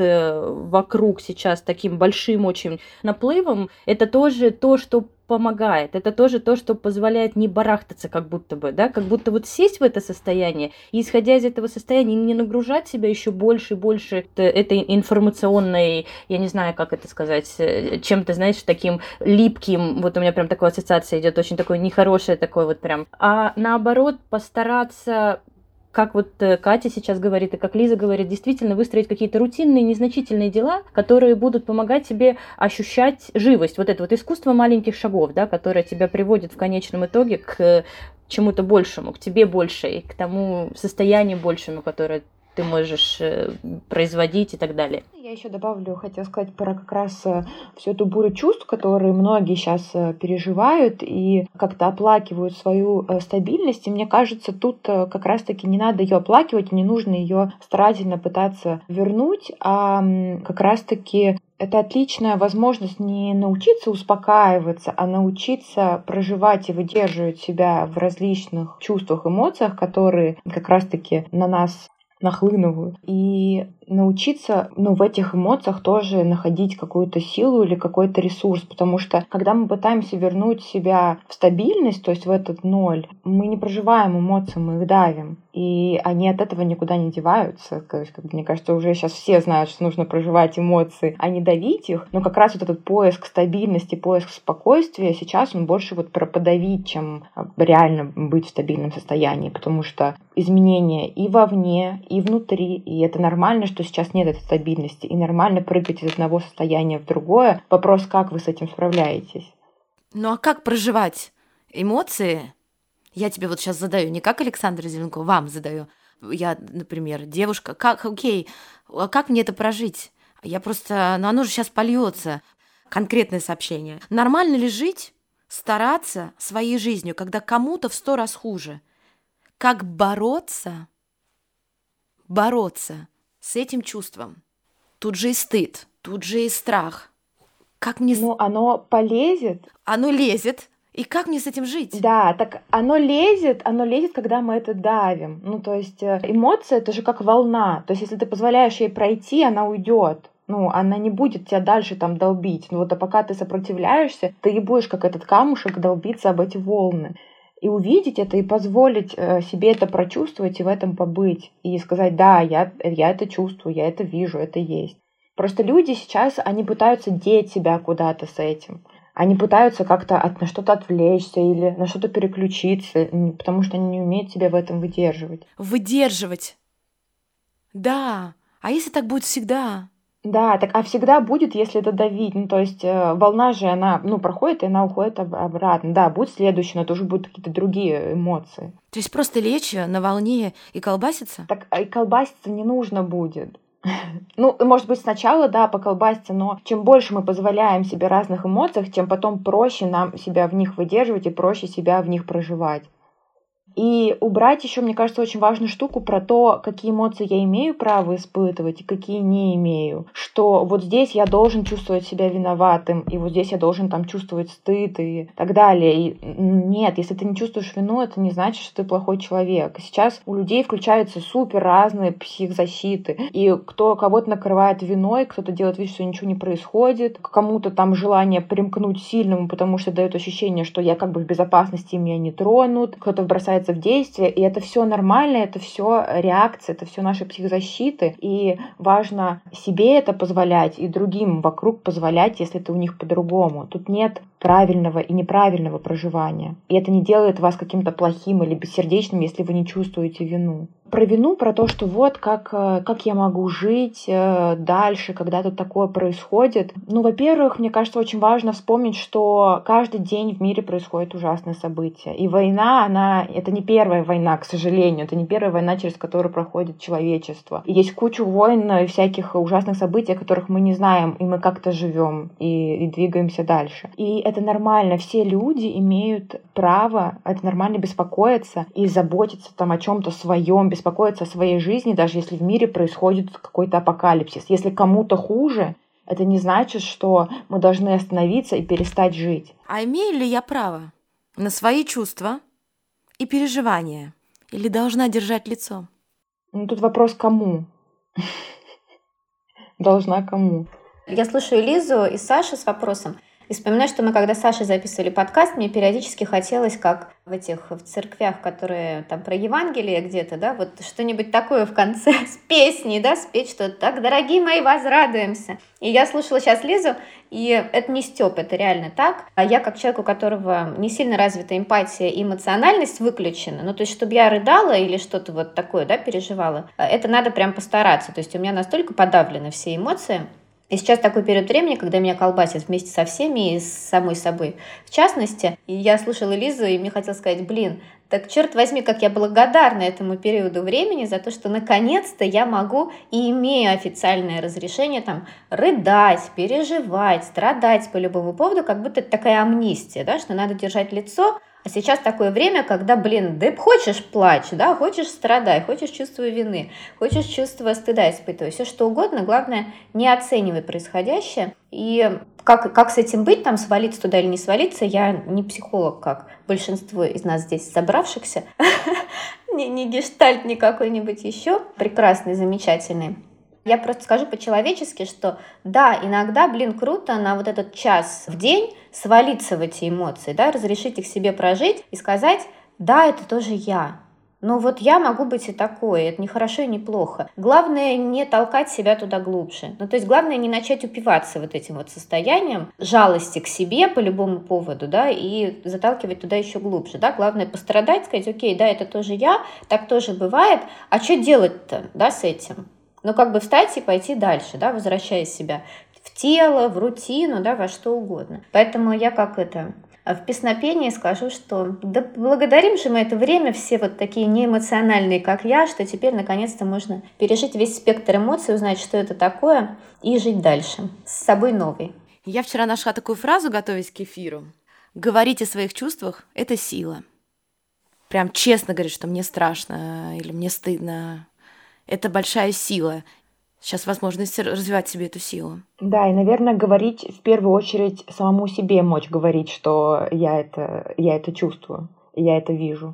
вокруг сейчас таким большим очень наплывом, это тоже то, что помогает. Это тоже то, что позволяет не барахтаться как будто бы, как будто вот сесть в это состояние и, исходя из этого состояния, не нагружать себя еще больше и больше этой информационной, я не знаю, как это сказать, чем-то, знаешь, таким липким, вот у меня прям такая ассоциация идет, очень такой нехорошее такое вот прям, а наоборот постараться, как вот Катя сейчас говорит и как Лиза говорит, действительно выстроить какие-то рутинные, незначительные дела, которые будут помогать тебе ощущать живость. Вот это вот искусство маленьких шагов, которое тебя приводит в конечном итоге к чему-то большему, к тебе больше и к тому состоянию большему, которое ты можешь производить и так далее. Я еще добавлю, хотела сказать про как раз всю эту бурю чувств, которые многие сейчас переживают и как-то оплакивают свою стабильность. И мне кажется, тут как раз-таки не надо ее оплакивать, не нужно ее старательно пытаться вернуть, а как раз-таки это отличная возможность не научиться успокаиваться, а научиться проживать и выдерживать себя в различных чувствах, эмоциях, которые как раз-таки на нас нахлынывают. И научиться, в этих эмоциях тоже находить какую-то силу или какой-то ресурс, потому что когда мы пытаемся вернуть себя в стабильность, то есть в этот ноль, мы не проживаем эмоции, мы их давим, и они от этого никуда не деваются. То есть, мне кажется, уже сейчас все знают, что нужно проживать эмоции, а не давить их, но как раз вот этот поиск стабильности, поиск спокойствия сейчас он больше вот про подавить, чем реально быть в стабильном состоянии, потому что изменения и вовне, и внутри, и это нормально, что сейчас нет этой стабильности, и нормально прыгать из одного состояния в другое. Вопрос, как вы с этим справляетесь? А как проживать эмоции? Я тебе вот сейчас задаю, не как Александра Зеленко, вам задаю. Я, например, девушка, а как мне это прожить? Я просто, оно же сейчас польется. Конкретное сообщение. Нормально ли жить, стараться своей жизнью, когда кому-то в 100 раз хуже? Как бороться с этим чувством? Тут же и стыд, тут же и страх. Как мне... оно полезет. Оно лезет. И как мне с этим жить? Да, так оно лезет, когда мы это давим. То есть эмоция — это же как волна. То есть если ты позволяешь ей пройти, она уйдет. Она не будет тебя дальше там долбить. А пока ты сопротивляешься, ты и будешь как этот камушек долбиться об эти волны. И увидеть это, и позволить себе это прочувствовать и в этом побыть. И сказать, да, я это чувствую, я это вижу, это есть. Просто люди сейчас, они пытаются деть себя куда-то с этим. Они пытаются как-то на что-то отвлечься или на что-то переключиться, потому что они не умеют себя в этом выдерживать. Выдерживать. Да. А если так будет всегда? Да, а всегда будет, если это давить. То есть волна же, она проходит, и она уходит обратно. Да, будет следующая, но это уже будут какие-то другие эмоции. То есть просто лечь на волне и колбаситься? Так и колбаситься не нужно будет. Может быть, сначала, поколбаситься, но чем больше мы позволяем себе разных эмоций, тем потом проще нам себя в них выдерживать и проще себя в них проживать. И убрать еще, мне кажется, очень важную штуку про то, какие эмоции я имею право испытывать и какие не имею. Что вот здесь я должен чувствовать себя виноватым, и вот здесь я должен там чувствовать стыд и так далее. И нет, если ты не чувствуешь вину, это не значит, что ты плохой человек. Сейчас у людей включаются супер разные психзащиты. И кого-то накрывает виной, кто-то делает вид, что ничего не происходит, кому-то там желание примкнуть сильному, потому что дает ощущение, что я как бы в безопасности, меня не тронут, кто-то бросается в действие, и это все нормально, это все реакция, это все наши психзащиты, и важно себе это позволять и другим вокруг позволять, если это у них по-другому. Тут нет правильного и неправильного проживания. И это не делает вас каким-то плохим или бессердечным, если вы не чувствуете вину. Про вину, про то, что вот как я могу жить дальше, когда тут такое происходит. Ну, во-первых, мне кажется, очень важно вспомнить, что каждый день в мире происходят ужасные события. И война, это не первая война, к сожалению, это не первая война, через которую проходит человечество. И есть кучу войн и всяких ужасных событий, о которых мы не знаем, и мы как-то живем и двигаемся дальше. И это нормально. Все люди имеют право, это нормально беспокоиться и заботиться там о чем-то своем, беспокоиться о своей жизни, даже если в мире происходит какой-то апокалипсис. Если кому-то хуже, это не значит, что мы должны остановиться и перестать жить. А имею ли я право на свои чувства и переживания? Или должна держать лицо? Ну, тут вопрос кому? Должна кому? Я слушаю Лизу и Сашу с вопросом. И вспоминаю, что мы, когда с Сашей записывали подкаст, мне периодически хотелось, как в церквях, которые там про Евангелие где-то, да, вот что-нибудь такое в конце с песней, да, спеть что-то так, дорогие мои, возрадуемся. И я слушала сейчас Лизу, и это не стёб, это реально так. А я, как человек, у которого не сильно развита эмпатия и эмоциональность выключена, ну, то есть, чтобы я рыдала или что-то вот такое, да, переживала, это надо прям постараться. То есть, у меня настолько подавлены все эмоции. И сейчас такой период времени, когда меня колбасит вместе со всеми и с самой собой в частности. И я слушала Лизу, и мне хотелось сказать, так черт возьми, как я благодарна этому периоду времени за то, что наконец-то я могу и имею официальное разрешение там рыдать, переживать, страдать по любому поводу, как будто это такая амнистия, да, что надо держать лицо. А сейчас такое время, когда, да хочешь плачь, да, хочешь страдай, хочешь чувство вины, хочешь чувство стыда испытывай, все что угодно, главное, не оценивай происходящее. И как с этим быть, там свалиться туда или не свалиться, я не психолог, как большинство из нас здесь собравшихся, не гештальт, не какой-нибудь еще прекрасный, замечательный. Я просто скажу по-человечески, что да, иногда, круто на вот этот час в день свалиться в эти эмоции, да, разрешить их себе прожить и сказать, да, это тоже я. Но вот я могу быть и такой, это не хорошо и не плохо. Главное не толкать себя туда глубже. Ну, то есть главное не начать упиваться вот этим вот состоянием жалости к себе по любому поводу, да, и заталкивать туда еще глубже, да. Главное пострадать, сказать, окей, да, это тоже я, так тоже бывает, а что делать-то, да, с этим? Ну, встать и пойти дальше, да, возвращая себя в тело, в рутину, да, во что угодно. Поэтому я в песнопении скажу, что да благодарим же мы это время, все вот такие неэмоциональные, как я, что теперь наконец-то можно пережить весь спектр эмоций, узнать, что это такое, и жить дальше с собой новой. Я вчера нашла такую фразу, готовясь к эфиру. Говорить о своих чувствах – это сила. Прям честно говорить, что мне страшно или мне стыдно. Это большая сила. Сейчас возможность развивать себе эту силу. Да, и, наверное, говорить в первую очередь самому себе мочь говорить, что я это чувствую, я это вижу.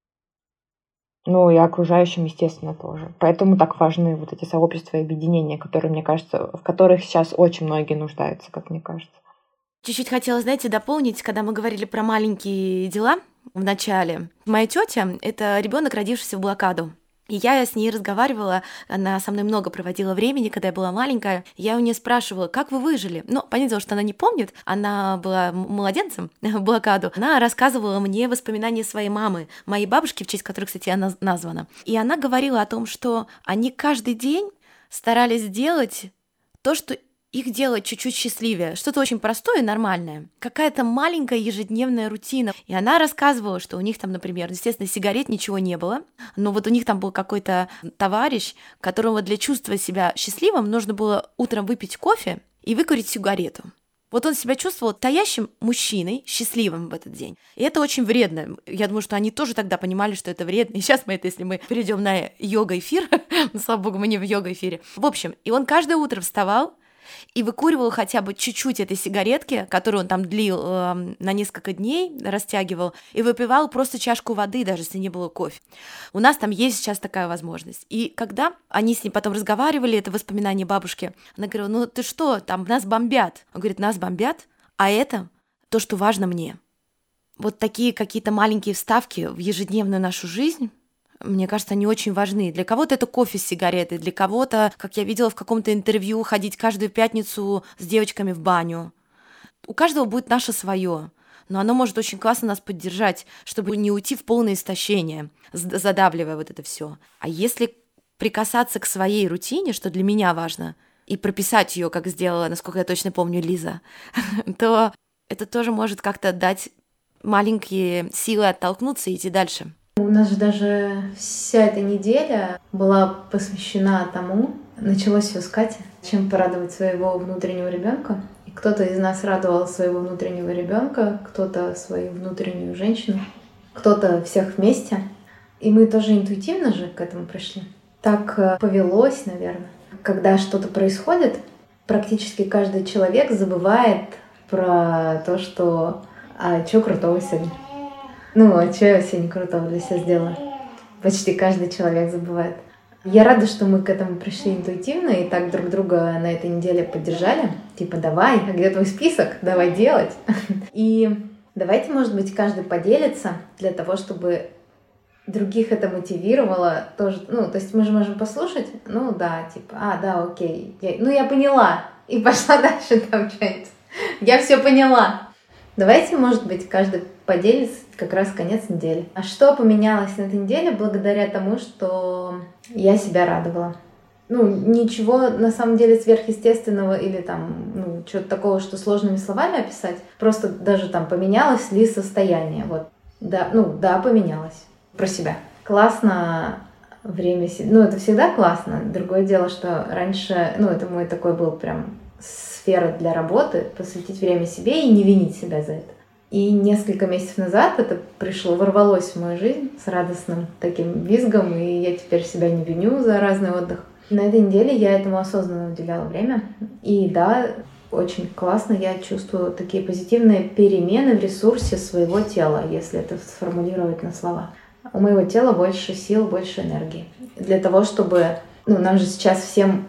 Ну и окружающим, естественно, тоже. Поэтому так важны вот эти сообщества и объединения, которые, мне кажется, в которых сейчас очень многие нуждаются, как мне кажется. Чуть-чуть хотела, дополнить, когда мы говорили про маленькие дела в начале. Моя тетя – это ребенок, родившийся в блокаду. И я с ней разговаривала, она со мной много проводила времени, когда я была маленькая. Я у нее спрашивала, как вы выжили? Ну, понятное дело, что она не помнит, она была младенцем в блокаду. Она рассказывала мне воспоминания своей мамы, моей бабушки, в честь которой, кстати, она названа. И она говорила о том, что они каждый день старались сделать то, что их делает чуть-чуть счастливее. Что-то очень простое и нормальное. Какая-то маленькая ежедневная рутина. И она рассказывала, что у них там, например, естественно, сигарет ничего не было, но вот у них там был какой-то товарищ, которого для чувства себя счастливым нужно было утром выпить кофе и выкурить сигарету. Вот он себя чувствовал настоящим мужчиной, счастливым в этот день. И это очень вредно. Я думаю, что они тоже тогда понимали, что это вредно. И сейчас если мы перейдем на йога-эфир, слава богу, мы не в йога-эфире. В общем, и он каждое утро вставал и выкуривал хотя бы чуть-чуть этой сигаретки, которую он там длил на несколько дней, растягивал, и выпивал просто чашку воды, даже если не было кофе. У нас там есть сейчас такая возможность. И когда они с ним потом разговаривали, это воспоминание бабушки, она говорила: ну ты что, там нас бомбят. Он говорит: нас бомбят, а это то, что важно мне. Вот такие какие-то маленькие вставки в ежедневную нашу жизнь, мне кажется, они очень важны. Для кого-то это кофе с сигаретой, для кого-то, как я видела в каком-то интервью, ходить каждую пятницу с девочками в баню. У каждого будет наше свое, но оно может очень классно нас поддержать, чтобы не уйти в полное истощение, задавливая вот это все. А если прикасаться к своей рутине, что для меня важно, и прописать ее, как сделала, насколько я точно помню, Лиза, то это тоже может как-то дать маленькие силы оттолкнуться и идти дальше. У нас же даже вся эта неделя была посвящена тому, началось все с Кати, чем порадовать своего внутреннего ребенка. И кто-то из нас радовал своего внутреннего ребенка, кто-то свою внутреннюю женщину, кто-то всех вместе. И мы тоже интуитивно же к этому пришли. Так повелось, наверное. Когда что-то происходит, практически каждый человек забывает про то, что чё крутого сегодня. А что я сегодня крутого для себя сделала? Почти каждый человек забывает. Я рада, что мы к этому пришли интуитивно и так друг друга на этой неделе поддержали. Типа, давай, а где твой список? Давай делать. И давайте, может быть, каждый поделится для того, чтобы других это мотивировало тоже. То есть мы же можем послушать, окей. Я поняла. И пошла дальше там что-нибудь. Я все поняла. Давайте, может быть, каждый поделится как раз конец недели. А что поменялось на этой неделе благодаря тому, что я себя радовала? Ничего на самом деле сверхъестественного или там, чего-то такого, что сложными словами описать. Просто даже там поменялось ли состояние. Вот. Да, поменялось. Про себя. Классно время... это всегда классно. Другое дело, что раньше... это мой такой был прям сфера для работы. Посвятить время себе и не винить себя за это. И несколько месяцев назад это ворвалось в мою жизнь с радостным таким визгом, и я теперь себя не виню за разный отдых. На этой неделе я этому осознанно уделяла время. И да, очень классно, я чувствую такие позитивные перемены в ресурсе своего тела, если это сформулировать на слова. У моего тела больше сил, больше энергии. Для того, чтобы... нам же сейчас всем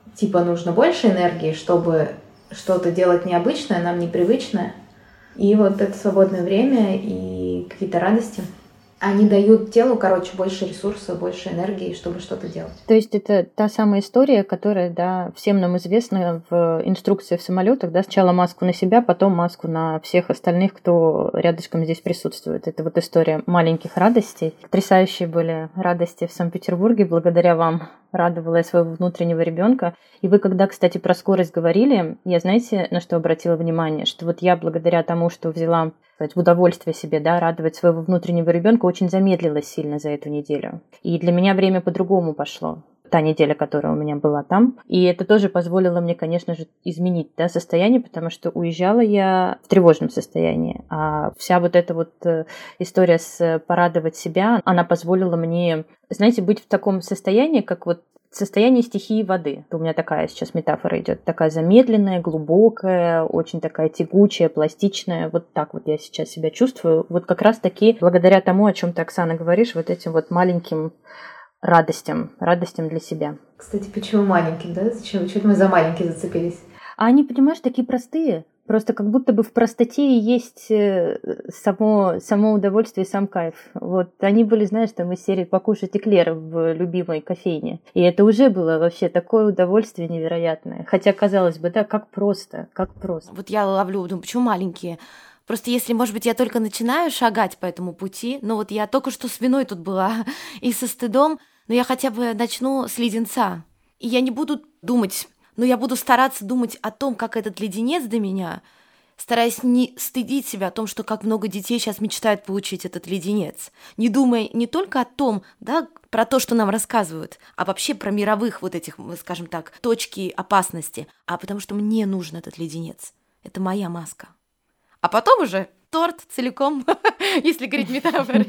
нужно больше энергии, чтобы что-то делать необычное, нам непривычное. И вот это свободное время и какие-то радости, они дают телу, больше ресурса, больше энергии, чтобы что-то делать. То есть это та самая история, которая, всем нам известна в инструкции в самолетах, сначала маску на себя, потом маску на всех остальных, кто рядышком здесь присутствует. Это вот история маленьких радостей. Потрясающие были радости в Санкт-Петербурге, благодаря вам радовала я своего внутреннего ребенка. И вы, когда, кстати, про скорость говорили, я, знаете, на что обратила внимание? Что вот я благодаря тому, что взяла в удовольствие себе, радовать своего внутреннего ребенка, очень замедлилась сильно за эту неделю. И для меня время по-другому пошло. Та неделя, которая у меня была там. И это тоже позволило мне, конечно же, изменить состояние, потому что уезжала я в тревожном состоянии. А вся вот эта вот история с порадовать себя, она позволила мне, знаете, быть в таком состоянии, как вот состояние стихии воды. У меня такая сейчас метафора идет. Такая замедленная, глубокая, очень такая тягучая, пластичная. Вот так вот я сейчас себя чувствую. Вот как раз таки благодаря тому, о чем ты, Оксана, говоришь, вот этим вот маленьким радостям для себя. Кстати, почему маленьким, да? Зачем? Чего мы за маленькие зацепились? А они, понимаешь, такие простые. Просто как будто бы в простоте и есть само удовольствие, сам кайф. Вот они были, знаешь, там из серии покушать эклеры в любимой кофейне. И это уже было вообще такое удовольствие невероятное. Хотя, казалось бы, как просто. Вот я думаю, почему маленькие? Просто если, может быть, я только начинаю шагать по этому пути, вот я только что с виной тут была и со стыдом, но я хотя бы начну с леденца. И я не буду думать, я буду стараться думать о том, как этот леденец до меня, стараясь не стыдить себя о том, что как много детей сейчас мечтают получить этот леденец, не думая не только о том, про то, что нам рассказывают, а вообще про мировых вот этих, скажем так, точки опасности, а потому что мне нужен этот леденец. Это моя маска. А потом уже торт целиком, если говорить метафорой.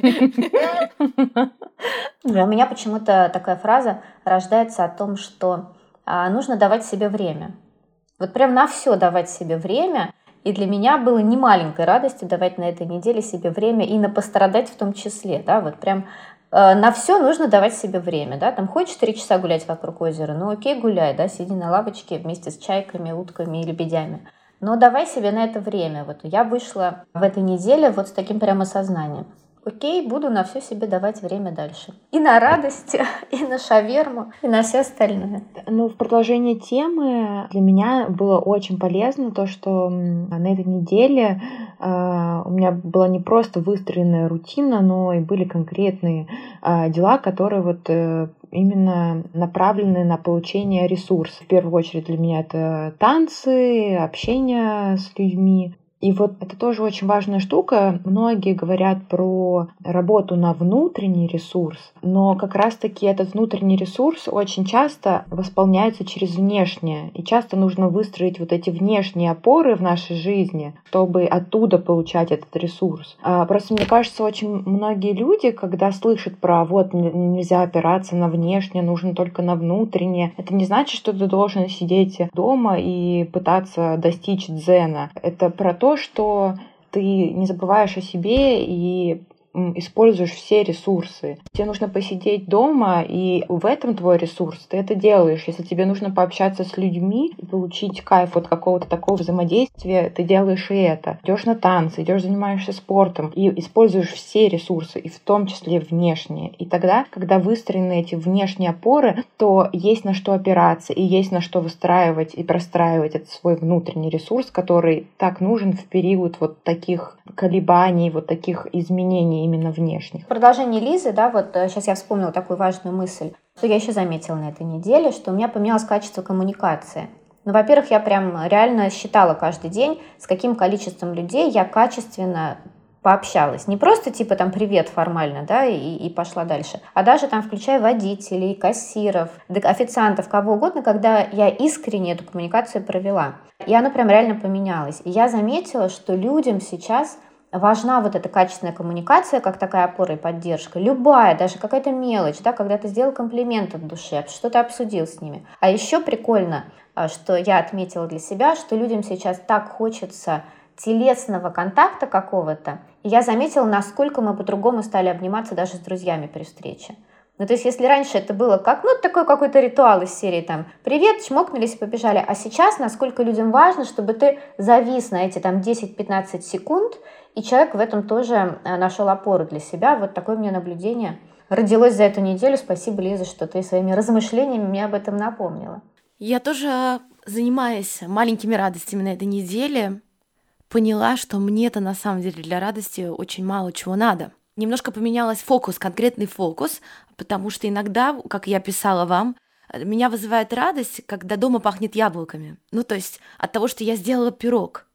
У меня почему-то такая фраза рождается о том, что нужно давать себе время. Вот прям на все давать себе время. И для меня было немаленькой радостью давать на этой неделе себе время и на пострадать в том числе. Да? Вот прям на все нужно давать себе время. Да? Там хочешь 3 часа гулять вокруг озера, ну окей, гуляй, да? Сиди на лавочке вместе с чайками, утками и лебедями. Но давай себе на это время. Вот я вышла в этой неделе вот с таким прям осознанием. Окей, буду на все себе давать время дальше. И на радости, и на шаверму, и на все остальное. Ну, в продолжение темы для меня было очень полезно то, что на этой неделе у меня была не просто выстроенная рутина, но и были конкретные дела, которые вот именно направлены на получение ресурсов. В первую очередь для меня это танцы, общение с людьми. И вот это тоже очень важная штука. Многие говорят про работу на внутренний ресурс, но как раз-таки этот внутренний ресурс очень часто восполняется через внешнее. И часто нужно выстроить вот эти внешние опоры в нашей жизни, чтобы оттуда получать этот ресурс. Просто мне кажется, очень многие люди, когда слышат про вот нельзя опираться на внешнее, нужно только на внутреннее, это не значит, что ты должен сидеть дома и пытаться достичь дзена. Это про то, что ты не забываешь о себе и используешь все ресурсы. Тебе нужно посидеть дома, и в этом твой ресурс. Ты это делаешь. Если тебе нужно пообщаться с людьми и получить кайф от какого-то такого взаимодействия, ты делаешь и это. Идешь на танцы, идешь занимаешься спортом и используешь все ресурсы, и в том числе внешние. И тогда, когда выстроены эти внешние опоры, то есть на что опираться, и есть на что выстраивать и простраивать этот свой внутренний ресурс, который так нужен в период вот таких колебаний, вот таких изменений именно внешних. В продолжении Лизы, да, вот сейчас я вспомнила такую важную мысль, что я еще заметила на этой неделе, что у меня поменялось качество коммуникации. Ну, во-первых, я прям реально считала каждый день, с каким количеством людей я качественно пообщалась. Не просто типа там привет формально, да, и пошла дальше, а даже там включая водителей, кассиров, официантов, кого угодно, когда я искренне эту коммуникацию провела. И оно прям реально поменялось. И я заметила, что людям сейчас важна вот эта качественная коммуникация, как такая опора и поддержка. Любая, даже какая-то мелочь, да, когда ты сделал комплимент от души, что-то обсудил с ними. А еще прикольно, что я отметила для себя, что людям сейчас так хочется телесного контакта какого-то. И я заметила, насколько мы по-другому стали обниматься даже с друзьями при встрече. Ну, то есть, если раньше это было как, ну, такой какой-то ритуал из серии, там, привет, чмокнулись и побежали, а сейчас насколько людям важно, чтобы ты завис на эти, там, 10-15 секунд, и человек в этом тоже нашел опору для себя. Вот такое у меня наблюдение родилось за эту неделю. Спасибо, Лиза, что ты своими размышлениями мне об этом напомнила. Я тоже, занимаясь маленькими радостями на этой неделе, поняла, что мне-то на самом деле для радости очень мало чего надо. Немножко поменялась фокус, конкретный фокус, потому что иногда, как я писала вам, меня вызывает радость, когда дома пахнет яблоками. Ну, то есть от того, что я сделала пирог.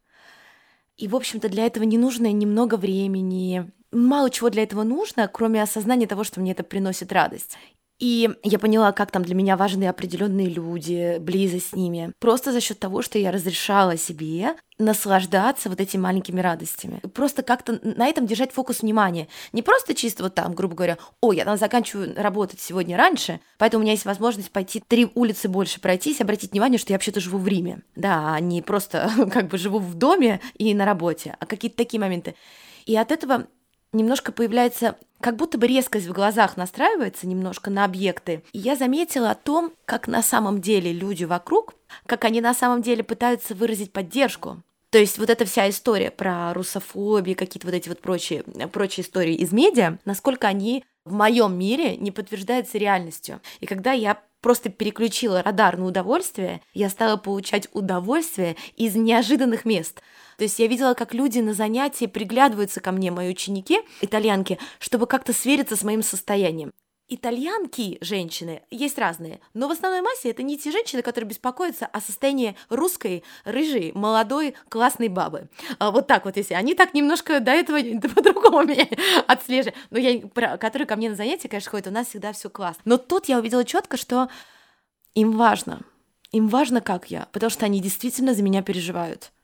И, в общем-то, для этого не нужно немного времени. Мало чего для этого нужно, кроме осознания того, что мне это приносит радость. И я поняла, как там для меня важны определенные люди, близость с ними. Просто за счет того, что я разрешала себе наслаждаться вот этими маленькими радостями. Просто как-то на этом держать фокус внимания. Не просто чисто вот там, грубо говоря, я там заканчиваю работать сегодня раньше, поэтому у меня есть возможность пойти 3 улицы больше пройтись, обратить внимание, что я вообще-то живу в Риме. Да, а не просто как бы живу в доме и на работе, а какие-то такие моменты. И от этого немножко появляется, как будто бы резкость в глазах настраивается немножко на объекты. И я заметила о том, как на самом деле люди вокруг, как они на самом деле пытаются выразить поддержку. То есть вот эта вся история про русофобию, какие-то вот эти вот прочие истории из медиа, насколько они в моем мире не подтверждаются реальностью. И когда я просто переключила радар на удовольствие, я стала получать удовольствие из неожиданных мест. То есть я видела, как люди на занятии приглядываются ко мне, мои ученики, итальянки, чтобы как-то свериться с моим состоянием. Итальянки, женщины, есть разные, но в основной массе это не те женщины, которые беспокоятся о состоянии русской, рыжей, молодой, классной бабы. Вот так вот, если они так немножко до этого по-другому меня отслеживают. Но которые ко мне на занятия, конечно, ходят, у нас всегда все классно. Но тут я увидела четко, что им важно, как я, потому что они действительно за меня переживают.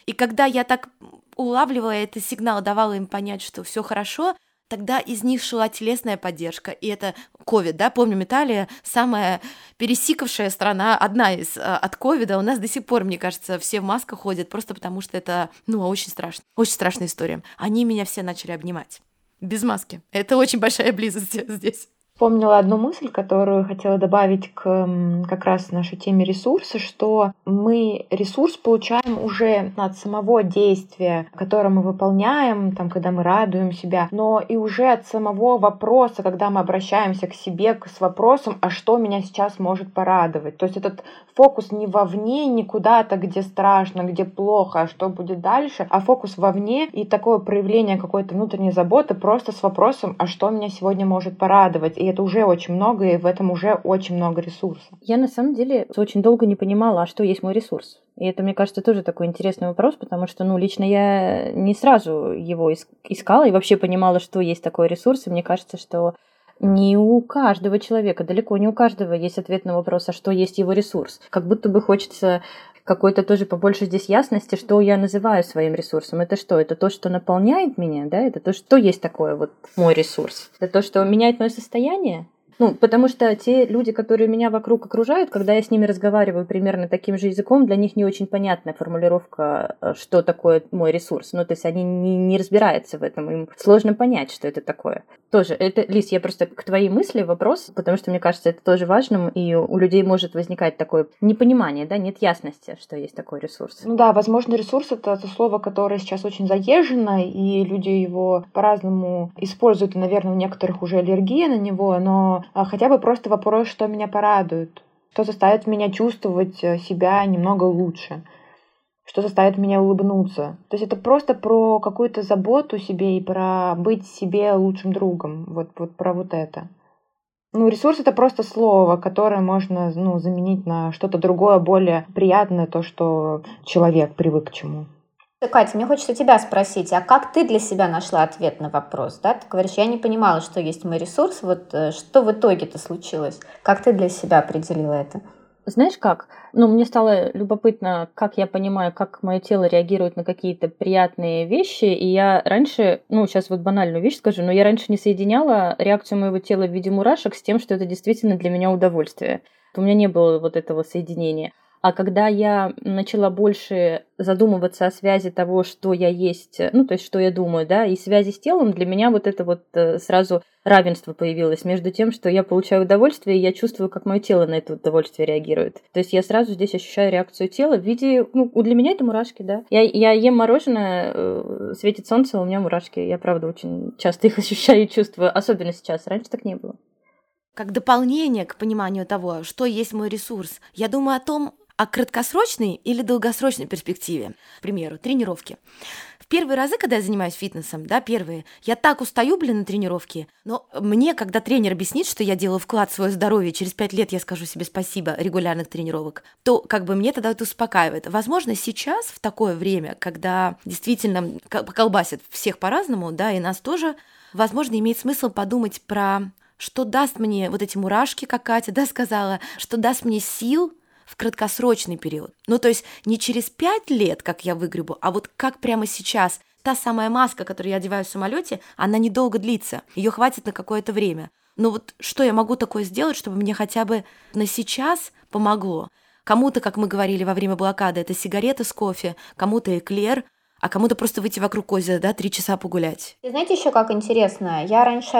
И когда я так улавливала этот сигнал, давала им понять, что все хорошо, тогда из них шла телесная поддержка. И это ковид, да, помним, Италия самая пересикавшая страна, одна из от ковида. У нас до сих пор, мне кажется, все в масках ходят, просто потому что это, очень страшно. Очень страшная история. Они меня все начали обнимать. Без маски. Это очень большая близость здесь. Вспомнила одну мысль, которую хотела добавить к как раз нашей теме ресурса, что мы ресурс получаем уже от самого действия, которое мы выполняем, когда мы радуем себя, но и уже от самого вопроса, когда мы обращаемся к себе с вопросом, а что меня сейчас может порадовать. То есть этот фокус не вовне, не куда-то, где страшно, где плохо, а что будет дальше, а фокус вовне и такое проявление какой-то внутренней заботы просто с вопросом, а что меня сегодня может порадовать. И это уже очень много, и в этом уже очень много ресурсов. Я на самом деле очень долго не понимала, а что есть мой ресурс. И это, мне кажется, тоже такой интересный вопрос, потому что, лично я не сразу его искала и вообще понимала, что есть такой ресурс. И мне кажется, что не у каждого человека, далеко не у каждого есть ответ на вопрос, а что есть его ресурс. Как будто бы хочется какой-то тоже побольше здесь ясности, что я называю своим ресурсом. Это что? Это то, что наполняет меня, да? Это то, что есть такое мой ресурс. Это то, что меняет мое состояние. Потому что те люди, которые меня вокруг окружают, когда я с ними разговариваю примерно таким же языком, для них не очень понятная формулировка, что такое мой ресурс. То есть они не разбираются в этом, им сложно понять, что это такое. Тоже, Лиз, я просто к твоей мысли вопрос, потому что мне кажется, это тоже важным, и у людей может возникать такое непонимание, да, нет ясности, что есть такой ресурс. Возможно, ресурс — это слово, которое сейчас очень заезжено, и люди его по-разному используют, и, наверное, у некоторых уже аллергия на него, но хотя бы просто вопрос, что меня порадует, что заставит меня чувствовать себя немного лучше, что заставит меня улыбнуться. То есть это просто про какую-то заботу себе и про быть себе лучшим другом. Вот про это. Ресурс — это просто слово, которое можно заменить на что-то другое, более приятное, то, что человек привык к чему. Катя, мне хочется тебя спросить, а как ты для себя нашла ответ на вопрос? Да? Ты говоришь, я не понимала, что есть мой ресурс. Что в итоге-то случилось? Как ты для себя определила это? Знаешь как? Мне стало любопытно, как я понимаю, как мое тело реагирует на какие-то приятные вещи. И я раньше, сейчас банальную вещь скажу, но я раньше не соединяла реакцию моего тела в виде мурашек с тем, что это действительно для меня удовольствие. У меня не было этого соединения. А когда я начала больше задумываться о связи того, что я есть, то есть что я думаю, да, и связи с телом, для меня это сразу равенство появилось между тем, что я получаю удовольствие, и я чувствую, как мое тело на это удовольствие реагирует. То есть я сразу здесь ощущаю реакцию тела в виде, для меня это мурашки, да. Я ем мороженое, светит солнце, у меня мурашки. Я, правда, очень часто их ощущаю и чувствую, особенно сейчас. Раньше так не было. Как дополнение к пониманию того, что есть мой ресурс, я думаю о краткосрочной или долгосрочной перспективе. К примеру, тренировки. В первые разы, когда я занимаюсь фитнесом, я так устаю, на тренировке, но мне, когда тренер объяснит, что я делаю вклад в свое здоровье, через 5 лет я скажу себе спасибо регулярных тренировок, то мне тогда это успокаивает. Возможно, сейчас, в такое время, когда действительно колбасят всех по-разному, и нас тоже, возможно, имеет смысл подумать про что даст мне эти мурашки, как Катя сказала, что даст мне сил в краткосрочный период. То есть не через 5 лет, как я выгребу, а как прямо сейчас. Та самая маска, которую я одеваю в самолете, она недолго длится, ее хватит на какое-то время. Но что я могу такое сделать, чтобы мне хотя бы на сейчас помогло? Кому-то, как мы говорили во время блокады, это сигарета с кофе, кому-то эклер, а кому-то просто выйти вокруг озера, 3 часа погулять. И знаете еще как интересно? Я раньше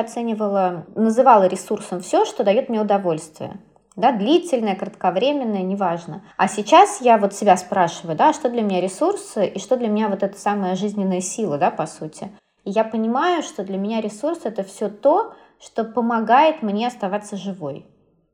называла ресурсом все, что дает мне удовольствие. Длительное, кратковременное, неважно. А сейчас я себя спрашиваю, что для меня ресурсы и что для меня эта самая жизненная сила, по сути. И я понимаю, что для меня ресурс — это все то, что помогает мне оставаться живой.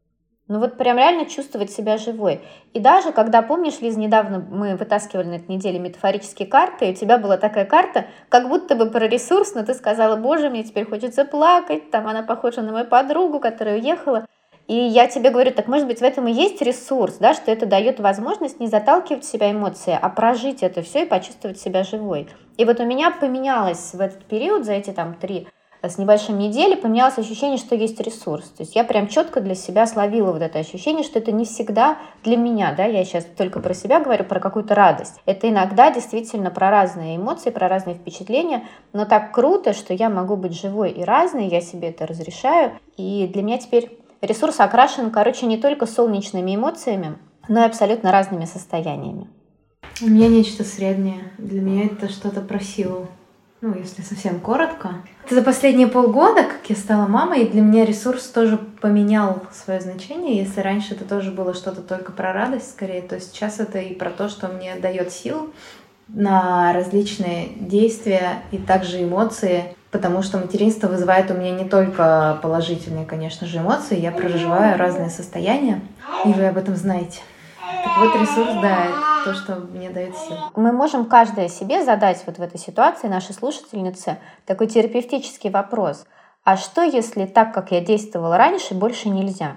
Прям реально чувствовать себя живой. И даже когда, помнишь, Лиз, недавно мы вытаскивали на этой неделе метафорические карты, и у тебя была такая карта, как будто бы про ресурс, но ты сказала, боже, мне теперь хочется плакать, она похожа на мою подругу, которая уехала. И я тебе говорю, так может быть в этом и есть ресурс, что это дает возможность не заталкивать в себя эмоции, а прожить это все и почувствовать себя живой. И у меня поменялось в этот период, за эти 3 с небольшим недели поменялось ощущение, что есть ресурс. То есть я прям четко для себя словила вот это ощущение, что это не всегда для меня, да, я сейчас только про себя говорю, про какую-то радость. Это иногда действительно про разные эмоции, про разные впечатления, но так круто, что я могу быть живой и разной, я себе это разрешаю, и для меня теперь ресурс окрашен, не только солнечными эмоциями, но и абсолютно разными состояниями. У меня нечто среднее. Для меня это что-то про силу. Если совсем коротко. За последние полгода, как я стала мамой, для меня ресурс тоже поменял свое значение. Если раньше это тоже было что-то только про радость скорее, то сейчас это и про то, что мне дает силу на различные действия и также эмоции, потому что материнство вызывает у меня не только положительные, конечно же, эмоции, я проживаю разные состояния, и вы об этом знаете. Так вот, ресурс, да, это то, что мне дает силу. Мы можем каждая себе задать вот в этой ситуации, нашей слушательнице, такой терапевтический вопрос. А что, если так, как я действовала раньше, больше нельзя?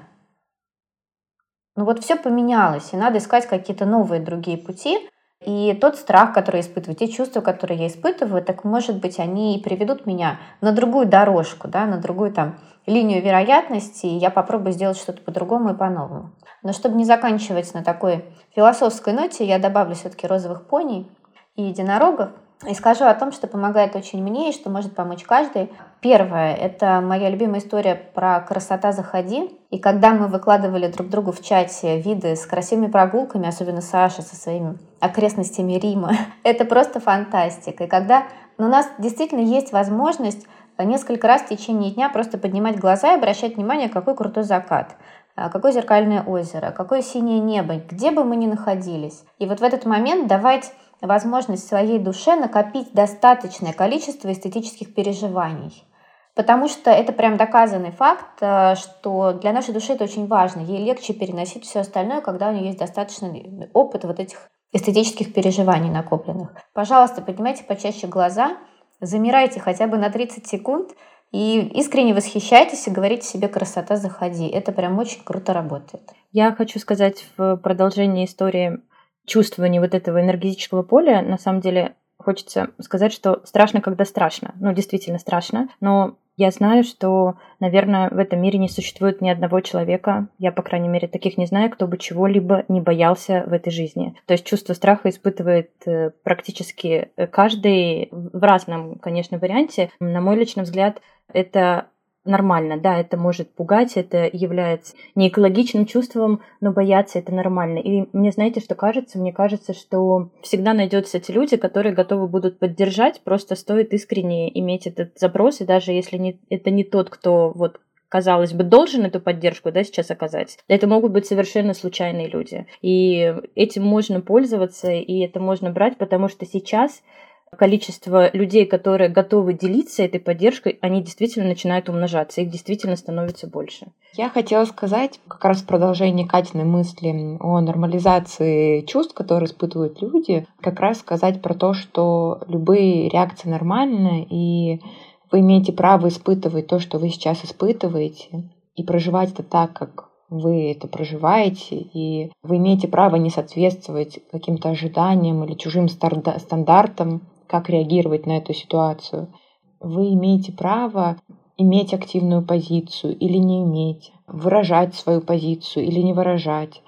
Все поменялось, и надо искать какие-то новые другие пути. И тот страх, который я испытываю, те чувства, которые я испытываю, так, может быть, они и приведут меня на другую дорожку, да, на другую линию вероятности, и я попробую сделать что-то по-другому и по-новому. Но чтобы не заканчивать на такой философской ноте, я добавлю все-таки розовых пони и единорогов и скажу о том, что помогает очень мне и что может помочь каждый. Первое – это моя любимая история про «Красота, заходи». И когда мы выкладывали друг другу в чате виды с красивыми прогулками, особенно Саша со своими окрестностями Рима, это просто фантастика. И когда у нас действительно есть возможность несколько раз в течение дня просто поднимать глаза и обращать внимание, какой крутой закат, какое зеркальное озеро, какое синее небо, где бы мы ни находились. И вот в этот момент давать возможность своей душе накопить достаточное количество эстетических переживаний. Потому что это прям доказанный факт, что для нашей души это очень важно. Ей легче переносить все остальное, когда у нее есть достаточный опыт вот этих эстетических переживаний накопленных. Пожалуйста, поднимайте почаще глаза, замирайте хотя бы на 30 секунд и искренне восхищайтесь и говорите себе «красота, заходи». Это прям очень круто работает. Я хочу сказать в продолжении истории чувствования вот этого энергетического поля, на самом деле хочется сказать, что страшно, когда страшно. Действительно страшно, но я знаю, что, наверное, в этом мире не существует ни одного человека, я, по крайней мере, таких не знаю, кто бы чего-либо не боялся в этой жизни. То есть чувство страха испытывает практически каждый в разном, конечно, варианте. На мой личный взгляд, это нормально, да, это может пугать, это является неэкологичным чувством, но бояться это нормально. И мне, знаете, что кажется? Мне кажется, что всегда найдутся те люди, которые готовы будут поддержать, просто стоит искренне иметь этот запрос, и даже если это не тот, кто казалось бы, должен эту поддержку, да, сейчас оказать. Это могут быть совершенно случайные люди. И этим можно пользоваться, и это можно брать, потому что сейчас количество людей, которые готовы делиться этой поддержкой, они действительно начинают умножаться, их действительно становится больше. Я хотела сказать, как раз в продолжении Катиной мысли о нормализации чувств, которые испытывают люди, как раз сказать про то, что любые реакции нормальны, и вы имеете право испытывать то, что вы сейчас испытываете, и проживать это так, как вы это проживаете, и вы имеете право не соответствовать каким-то ожиданиям или чужим стандартам, как реагировать на эту ситуацию. Вы имеете право иметь активную позицию или не иметь, выражать свою позицию или не выражать.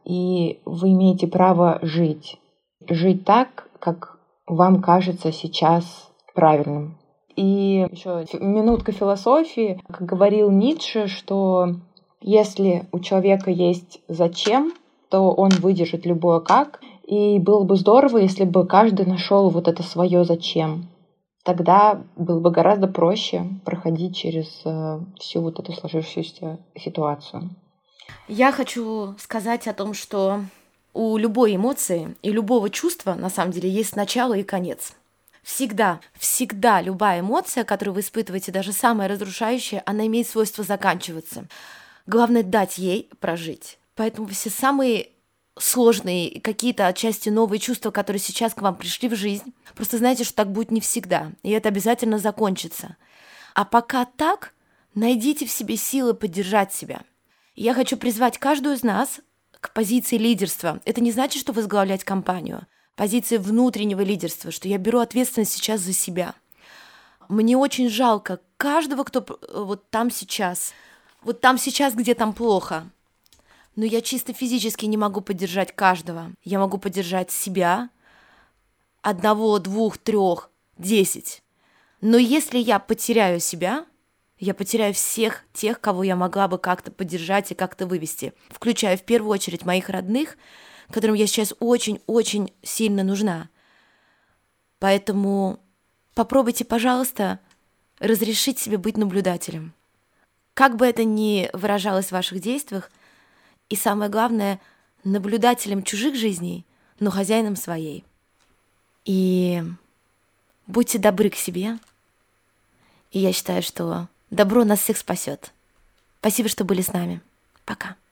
И вы имеете право жить. Жить так, как вам кажется сейчас правильным. И еще минутка философии. Как говорил Ницше, что если у человека есть «зачем», то он выдержит любое «как». И было бы здорово, если бы каждый нашел вот это свое «зачем». Тогда было бы гораздо проще проходить через всю вот эту сложившуюся ситуацию. Я хочу сказать о том, что у любой эмоции и любого чувства на самом деле есть начало и конец. Всегда любая эмоция, которую вы испытываете, даже самая разрушающая, она имеет свойство заканчиваться. Главное дать ей прожить. Поэтому все самые сложные, какие-то отчасти новые чувства, которые сейчас к вам пришли в жизнь, просто знайте, что так будет не всегда, и это обязательно закончится. А пока так, найдите в себе силы поддержать себя. И я хочу призвать каждую из нас к позиции лидерства. Это не значит, что возглавлять компанию. Позиция внутреннего лидерства, что я беру ответственность сейчас за себя. Мне очень жалко каждого, кто вот там сейчас, где там плохо. Но я чисто физически не могу поддержать каждого. Я могу поддержать себя, 1, 2, 3, 10. Но если я потеряю себя, я потеряю всех тех, кого я могла бы как-то поддержать и как-то вывести, включая в первую очередь моих родных, которым я сейчас очень-очень сильно нужна. Поэтому попробуйте, пожалуйста, разрешить себе быть наблюдателем. Как бы это ни выражалось в ваших действиях, и самое главное, наблюдателем чужих жизней, но хозяином своей. И будьте добры к себе. И я считаю, что добро нас всех спасет. Спасибо, что были с нами. Пока.